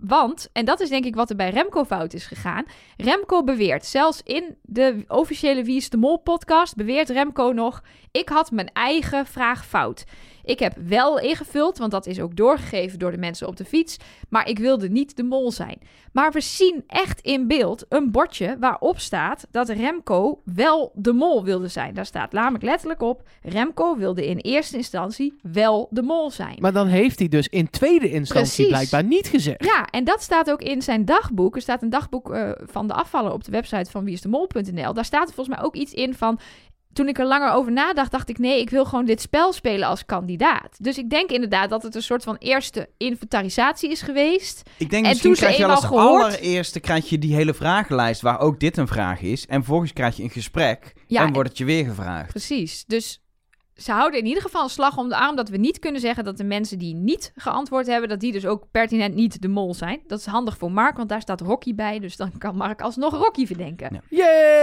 Want, en dat is denk ik wat er bij Remco fout is gegaan. Remco beweert, zelfs in de officiële Wie is de Mol podcast, beweert Remco nog, ik had mijn eigen vraag fout. Ik heb wel ingevuld, want dat is ook doorgegeven door de mensen op de fiets. Maar ik wilde niet de mol zijn. Maar we zien echt in beeld een bordje waarop staat dat Remco wel de mol wilde zijn. Daar staat namelijk letterlijk op, Remco wilde in eerste instantie wel de mol zijn. Maar dan heeft hij dus in tweede instantie Precies. blijkbaar niet gezegd. Ja, en dat staat ook in zijn dagboek. Er staat een dagboek uh, van de afvaller op de website van wie is de mol punt n l. Daar staat er volgens mij ook iets in van, toen ik er langer over nadacht, dacht ik, nee, ik wil gewoon dit spel spelen als kandidaat. Dus ik denk inderdaad dat het een soort van eerste inventarisatie is geweest. Ik denk En misschien toen ze krijg je als eenmaal gehoord- allereerste krijg je die hele vragenlijst waar ook dit een vraag is. En vervolgens krijg je een gesprek Ja, en wordt het je weer gevraagd. Precies. Dus ze houden in ieder geval een slag om de arm dat we niet kunnen zeggen dat de mensen die niet geantwoord hebben, dat die dus ook pertinent niet de mol zijn. Dat is handig voor Mark, want daar staat Rocky bij. Dus dan kan Mark alsnog Rocky verdenken. Ja.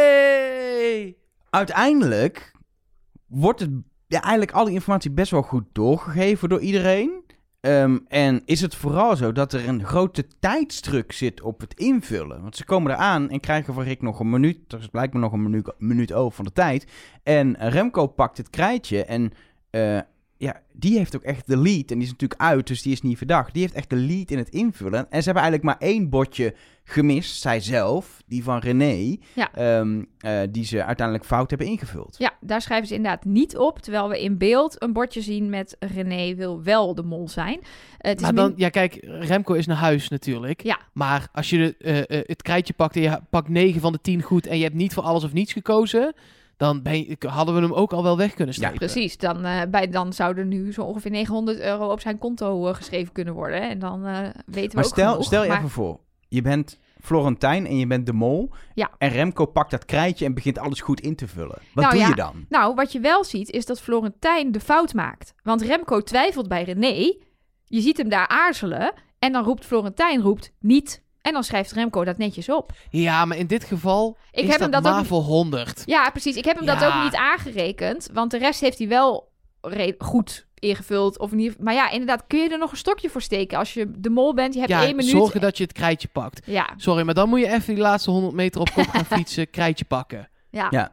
Yay! Uiteindelijk wordt het, ja, eigenlijk al die informatie best wel goed doorgegeven door iedereen. Um, en is het vooral zo dat er een grote tijdsdruk zit op het invullen. Want ze komen eraan en krijgen van Rick nog een minuut. Er is blijkbaar nog een minuut, minuut over van de tijd. En Remco pakt het krijtje en uh, ja, die heeft ook echt de lead. En die is natuurlijk uit, dus die is niet verdacht. Die heeft echt de lead in het invullen. En ze hebben eigenlijk maar één bordje gemist, zijzelf, die van René, Ja. um, uh, die ze uiteindelijk fout hebben ingevuld. Ja, daar schrijven ze inderdaad niet op, terwijl we in beeld een bordje zien met René wil wel de mol zijn. Uh, het is Maar min- dan, ja kijk, Remco is naar huis natuurlijk. Ja. Maar als je de, uh, uh, het krijtje pakt en je pakt negen van de tien goed en je hebt niet voor alles of niets gekozen, dan ben je, hadden we hem ook al wel weg kunnen Ja, strepen. Precies, dan, uh, bij, dan zou er nu zo ongeveer negenhonderd euro op zijn konto uh, geschreven kunnen worden. En dan uh, weten we Maar ook stel, genoeg. stel je Maar- even voor, je bent Florentijn en je bent de mol. Ja. En Remco pakt dat krijtje en begint alles goed in te vullen. Wat Nou doe ja. je dan? Nou, wat je wel ziet, is dat Florentijn de fout maakt. Want Remco twijfelt bij René. Je ziet hem daar aarzelen. En dan roept Florentijn roept niet. En dan schrijft Remco dat netjes op. Ja, maar in dit geval Ik is heb hem dat, dat maar ook- voor honderd. Ja, precies. Ik heb hem dat Ja. ook niet aangerekend. Want de rest heeft hij wel re- goed ingevuld. Of in ieder... Maar ja, inderdaad, kun je er nog een stokje voor steken. Als je de mol bent, je hebt Ja, één minuut. zorgen dat je het krijtje pakt. Ja, Sorry, maar dan moet je even die laatste honderd meter op kop gaan fietsen, krijtje pakken. ja. Ja.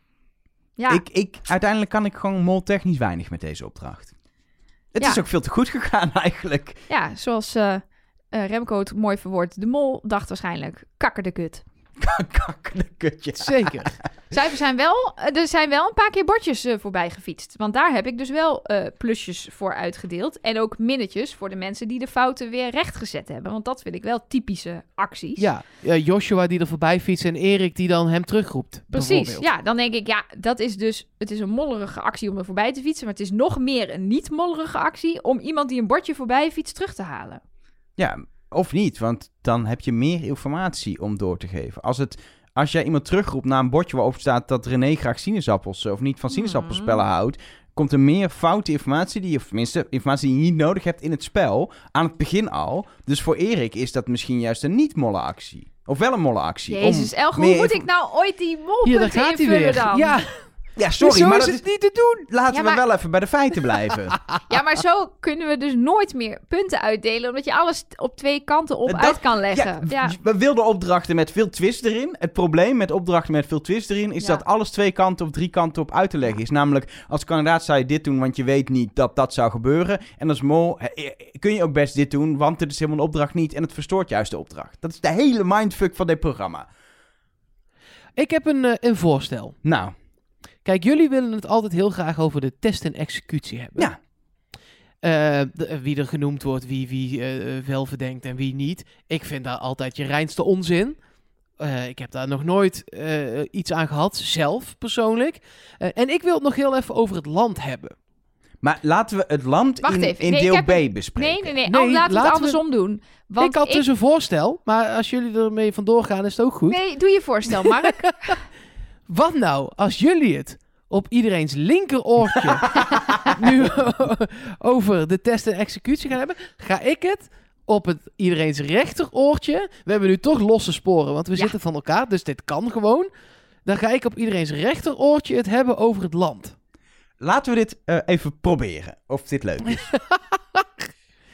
Ja. Ik, ik, uiteindelijk kan ik gewoon mol technisch weinig met deze opdracht. Het Ja. is ook veel te goed gegaan eigenlijk. ja zoals uh, uh, Remco het mooi verwoordt. De mol dacht waarschijnlijk, kakker de kut. Kakkende kutje. Zeker. Zij zijn wel, er zijn wel een paar keer bordjes uh, voorbij gefietst. Want daar heb ik dus wel uh, plusjes voor uitgedeeld. En ook minnetjes voor de mensen die de fouten weer rechtgezet hebben. Want dat vind ik wel typische acties. Ja, ja, Joshua die er voorbij fietst en Erik die dan hem terugroept. Precies, bijvoorbeeld. ja, dan denk ik, ja, dat is dus, het is een mollerige actie om er voorbij te fietsen, maar het is nog meer een niet-mollerige actie om iemand die een bordje voorbij fietst terug te halen. Ja, of niet, want dan heb je meer informatie om door te geven. Als, het, als jij iemand terugroept naar een bordje waarop staat dat René graag sinaasappels of niet van sinaasappelspellen Mhm. houdt, komt er meer foute informatie, die je, of tenminste informatie die je niet nodig hebt in het spel, aan het begin al. Dus voor Erik is dat misschien juist een niet-molle actie. Of wel een molle actie. Jezus, om Elge, meer hoe moet info- ik nou ooit die Hier, daar molpunten gaat hij invullen weer. dan? Ja, Ja, sorry, zo maar is dat het niet te doen. laten Ja, we maar- wel even bij de feiten blijven. Ja, maar zo kunnen we dus nooit meer punten uitdelen, omdat je alles op twee kanten op Dat- uit kan Ja, leggen. Ja, we wilden opdrachten met veel twist erin. Het probleem met opdrachten met veel twist erin is Ja. dat alles twee kanten of drie kanten op uit te leggen is. Namelijk, als kandidaat zou je dit doen, want je weet niet dat dat zou gebeuren. En als mol eh, kun je ook best dit doen, want dit is helemaal een opdracht niet en het verstoort juist de opdracht. Dat is de hele mindfuck van dit programma. Ik heb een, uh, een voorstel. Nou, Kijk, jullie willen het altijd heel graag over de test en executie hebben. ja. Uh, de, wie er genoemd wordt, wie, wie uh, wel verdenkt en wie niet. Ik vind daar altijd je reinste onzin. Uh, ik heb daar nog nooit uh, iets aan gehad, zelf persoonlijk. Uh, en ik wil het nog heel even over het land hebben. Maar laten we het land Wacht in, even. in Nee, ik deel heb B een- bespreken. nee, nee, nee, Nee, oh, laten we laten het we- andersom doen. Want ik had dus een voorstel, maar als jullie ermee vandoor gaan is het ook goed. Nee, doe je voorstel, Mark. Wat nou als jullie het op iedereen's linkeroortje nu over de test en executie gaan hebben, ga ik het op het iedereen's rechteroortje. We hebben nu toch losse sporen, want we Ja. zitten van elkaar, dus dit kan gewoon. Dan ga ik op iedereen's rechteroortje het hebben over het land. Laten we dit uh, even proberen, of dit leuk is.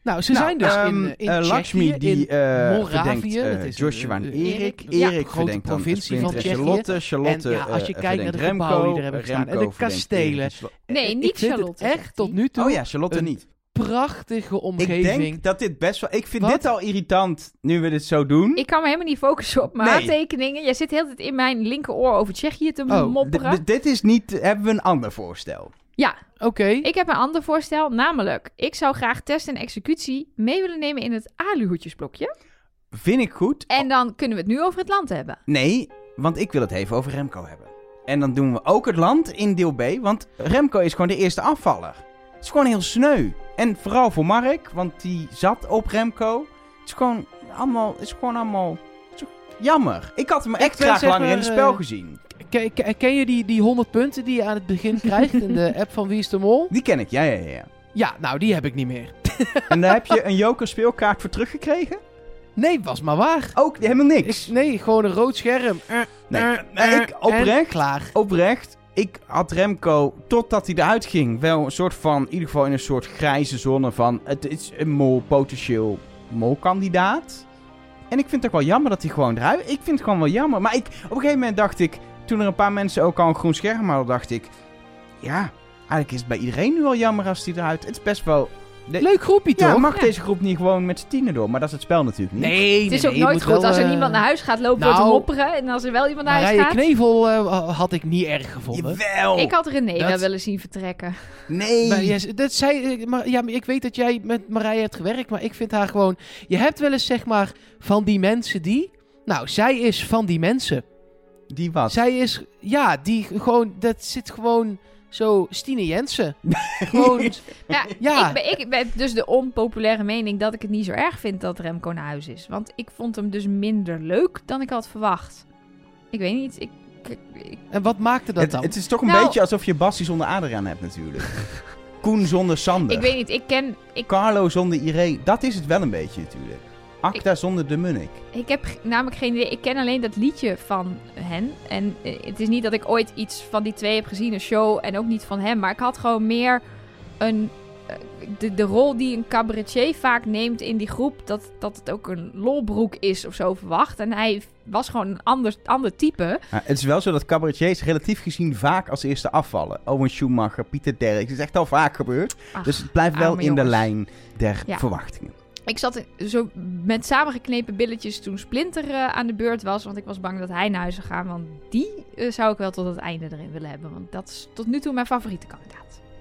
Nou, ze Nou, zijn dus ehm, in, in eh, Tsjechië, Lakshmi, die in eh, Moravië, verdenkt eh, dat is Joshua en een- Erik. ja, Erik grote verdenkt dan provincie van Splinter en Tsjechië. Charlotte. Charlotte En ja, als je eh, kijkt naar de verdenkt gebouwen die Remco. er hebben gestaan en Remco de verdenkt kastelen. Erik. Chlo- Nee, Ik niet vind Charlotte. het zegt echt hij. tot nu toe Oh ja, Charlotte een niet. prachtige Ik omgeving. denk dat dit best wel... Ik vind Wat? dit al irritant, nu we dit zo doen. Ik kan me helemaal niet focussen op mijn Nee. aantekeningen. Jij zit heel de tijd in mijn linkeroor over Tsjechië te Oh, mopperen. D- d- dit is niet... Hebben we een ander voorstel? Ja, Oké. ik heb een ander voorstel. Namelijk, ik zou graag test en executie mee willen nemen in het aluhoedjesblokje. Vind ik goed. En dan kunnen we het nu over het land hebben. Nee, want ik wil het even over Remco hebben. En dan doen we ook het land in deel B, want Remco is gewoon de eerste afvaller. Het is gewoon heel sneu. En vooral voor Mark, want die zat op Remco. Het is gewoon allemaal... Het is gewoon allemaal... het is jammer. Ik had hem echt ben graag zeg langer in maar, het spel eh, gezien. Ken, ken- ken je die, die honderd punten die je aan het begin krijgt in de app van Wie is de Mol? Die ken ik, ja, ja, ja, ja. Ja, nou, die heb ik niet meer. En daar heb je een joker speelkaart voor teruggekregen? Nee, was maar waar. Ook helemaal niks. Ik, nee, gewoon een rood scherm. Eh, Nee, eh, maar ik eh, oprecht- en klaar. Oprecht, ik had Remco, totdat hij eruit ging, wel een soort van, in ieder geval in een soort grijze zone van, het is een mol, potentieel molkandidaat. En ik vind het ook wel jammer dat hij gewoon eruit, ik vind het gewoon wel jammer. Maar ik, op een gegeven moment dacht ik, toen er een paar mensen ook al een groen scherm hadden, dacht ik, ja, eigenlijk is het bij iedereen nu wel jammer als hij eruit, het is best wel... De, Leuk groepje, ja, toch? mag Ja. deze groep niet gewoon met z'n tienen door, maar dat is het spel natuurlijk niet. Nee, Het is nee, ook nee, nooit je goed moet wel, als er eh, niemand naar huis gaat lopen door te nou, mopperen. En als er wel iemand naar huis Marije gaat. Knevel eh, had ik niet erg gevonden. Jawel! Ik had René Dat- wel willen zien vertrekken. Nee! Maar, yes, dat zei, maar, ja, maar ik weet dat jij met Marije hebt gewerkt, maar ik vind haar gewoon... Je hebt wel eens, zeg maar, van die mensen die... Nou, zij is van die mensen. Die wat? Zij is... Ja, die gewoon... Dat zit gewoon zo... Stine Jensen. Gewoon... Ja, Ja. Ik, ben, ik ben dus de onpopulaire mening dat ik het niet zo erg vind dat Remco naar huis is. Want ik vond hem dus minder leuk dan ik had verwacht. Ik weet niet, ik... ik, ik- En wat maakte dat Het, dan? het is toch een Nou- beetje alsof je Bassie zonder Adriaan hebt natuurlijk. Koen zonder Sander. ik weet niet, ik ken... Ik, Carlo zonder Irene. Dat is het wel een beetje natuurlijk. Acta zonder de Munnik. ik heb g- namelijk geen idee. Ik ken alleen dat liedje van hen. En eh, het is niet dat ik ooit iets van die twee heb gezien, een show, en ook niet van hem. Maar ik had gewoon meer een... eh, De, de rol die een cabaretier vaak neemt in die groep, dat, dat het ook een lolbroek is of zo verwacht. En hij was gewoon een ander, ander type. Ja, het is wel zo dat cabaretiers relatief gezien vaak als eerste afvallen. Owen Schumacher, Pieter Derks. Het is echt al vaak gebeurd. Ach, Dus het blijft wel arme in de jongens. lijn der Ja. verwachtingen. Ik zat in- zo met samengeknepen billetjes toen Splinter eh, aan de beurt was. Want ik was bang dat hij naar huis zou gaan. Want die eh, zou ik wel tot het einde erin willen hebben. Want dat is tot nu toe mijn favoriete kandidaat.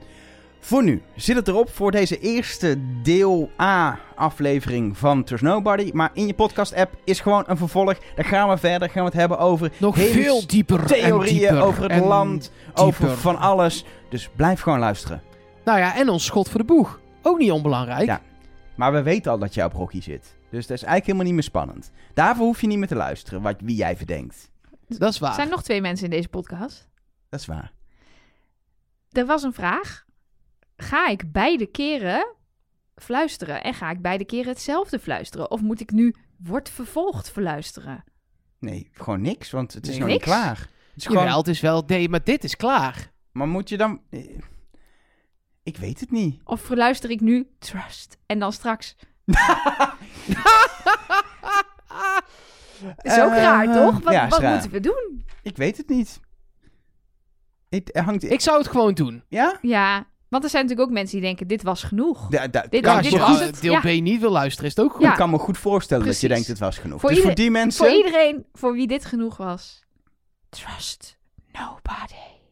Voor nu zit het erop voor deze eerste deel A aflevering van Trust Nobody. Maar in je podcast app is gewoon een vervolg. Daar gaan we verder. Gaan we het hebben over Nog hele veel dieper en theorieën, dieper over het en land, over dieper. van alles. Dus blijf gewoon luisteren. Nou ja, en ons schot voor de boeg. Ook niet onbelangrijk. Ja. Maar we weten al dat jij op Rocky zit. Dus dat is eigenlijk helemaal niet meer spannend. Daarvoor hoef je niet meer te luisteren wat, wie jij verdenkt. Dat is waar. Er zijn nog twee mensen in deze podcast. Dat is waar. Er was een vraag. Ga ik beide keren fluisteren? En ga ik beide keren hetzelfde fluisteren? Of moet ik nu wordt vervolgd fluisteren? Nee, gewoon niks, want het is Nee, nog niks. niet klaar. Het is Jawel, gewoon... het is wel... Nee, maar dit is klaar. Maar moet je dan... eh, Ik weet het niet. Of fluister ik nu trust? En dan straks... is ook Eh, raar, toch? Wat, ja, is wat raar. moeten we doen? Ik weet het niet. Het hangt... Ik zou het gewoon doen. Ja? Ja, want er zijn natuurlijk ook mensen die denken, dit was genoeg. Da, da, Dit- kan Ja, ik als dit me je was goed- het. deel Ja. B niet wil luisteren, is het ook goed. Ja. Ik kan me goed voorstellen dat je Precies. denkt het was genoeg. Voor dus ieder- voor die mensen... Voor iedereen voor wie dit genoeg was, trust nobody.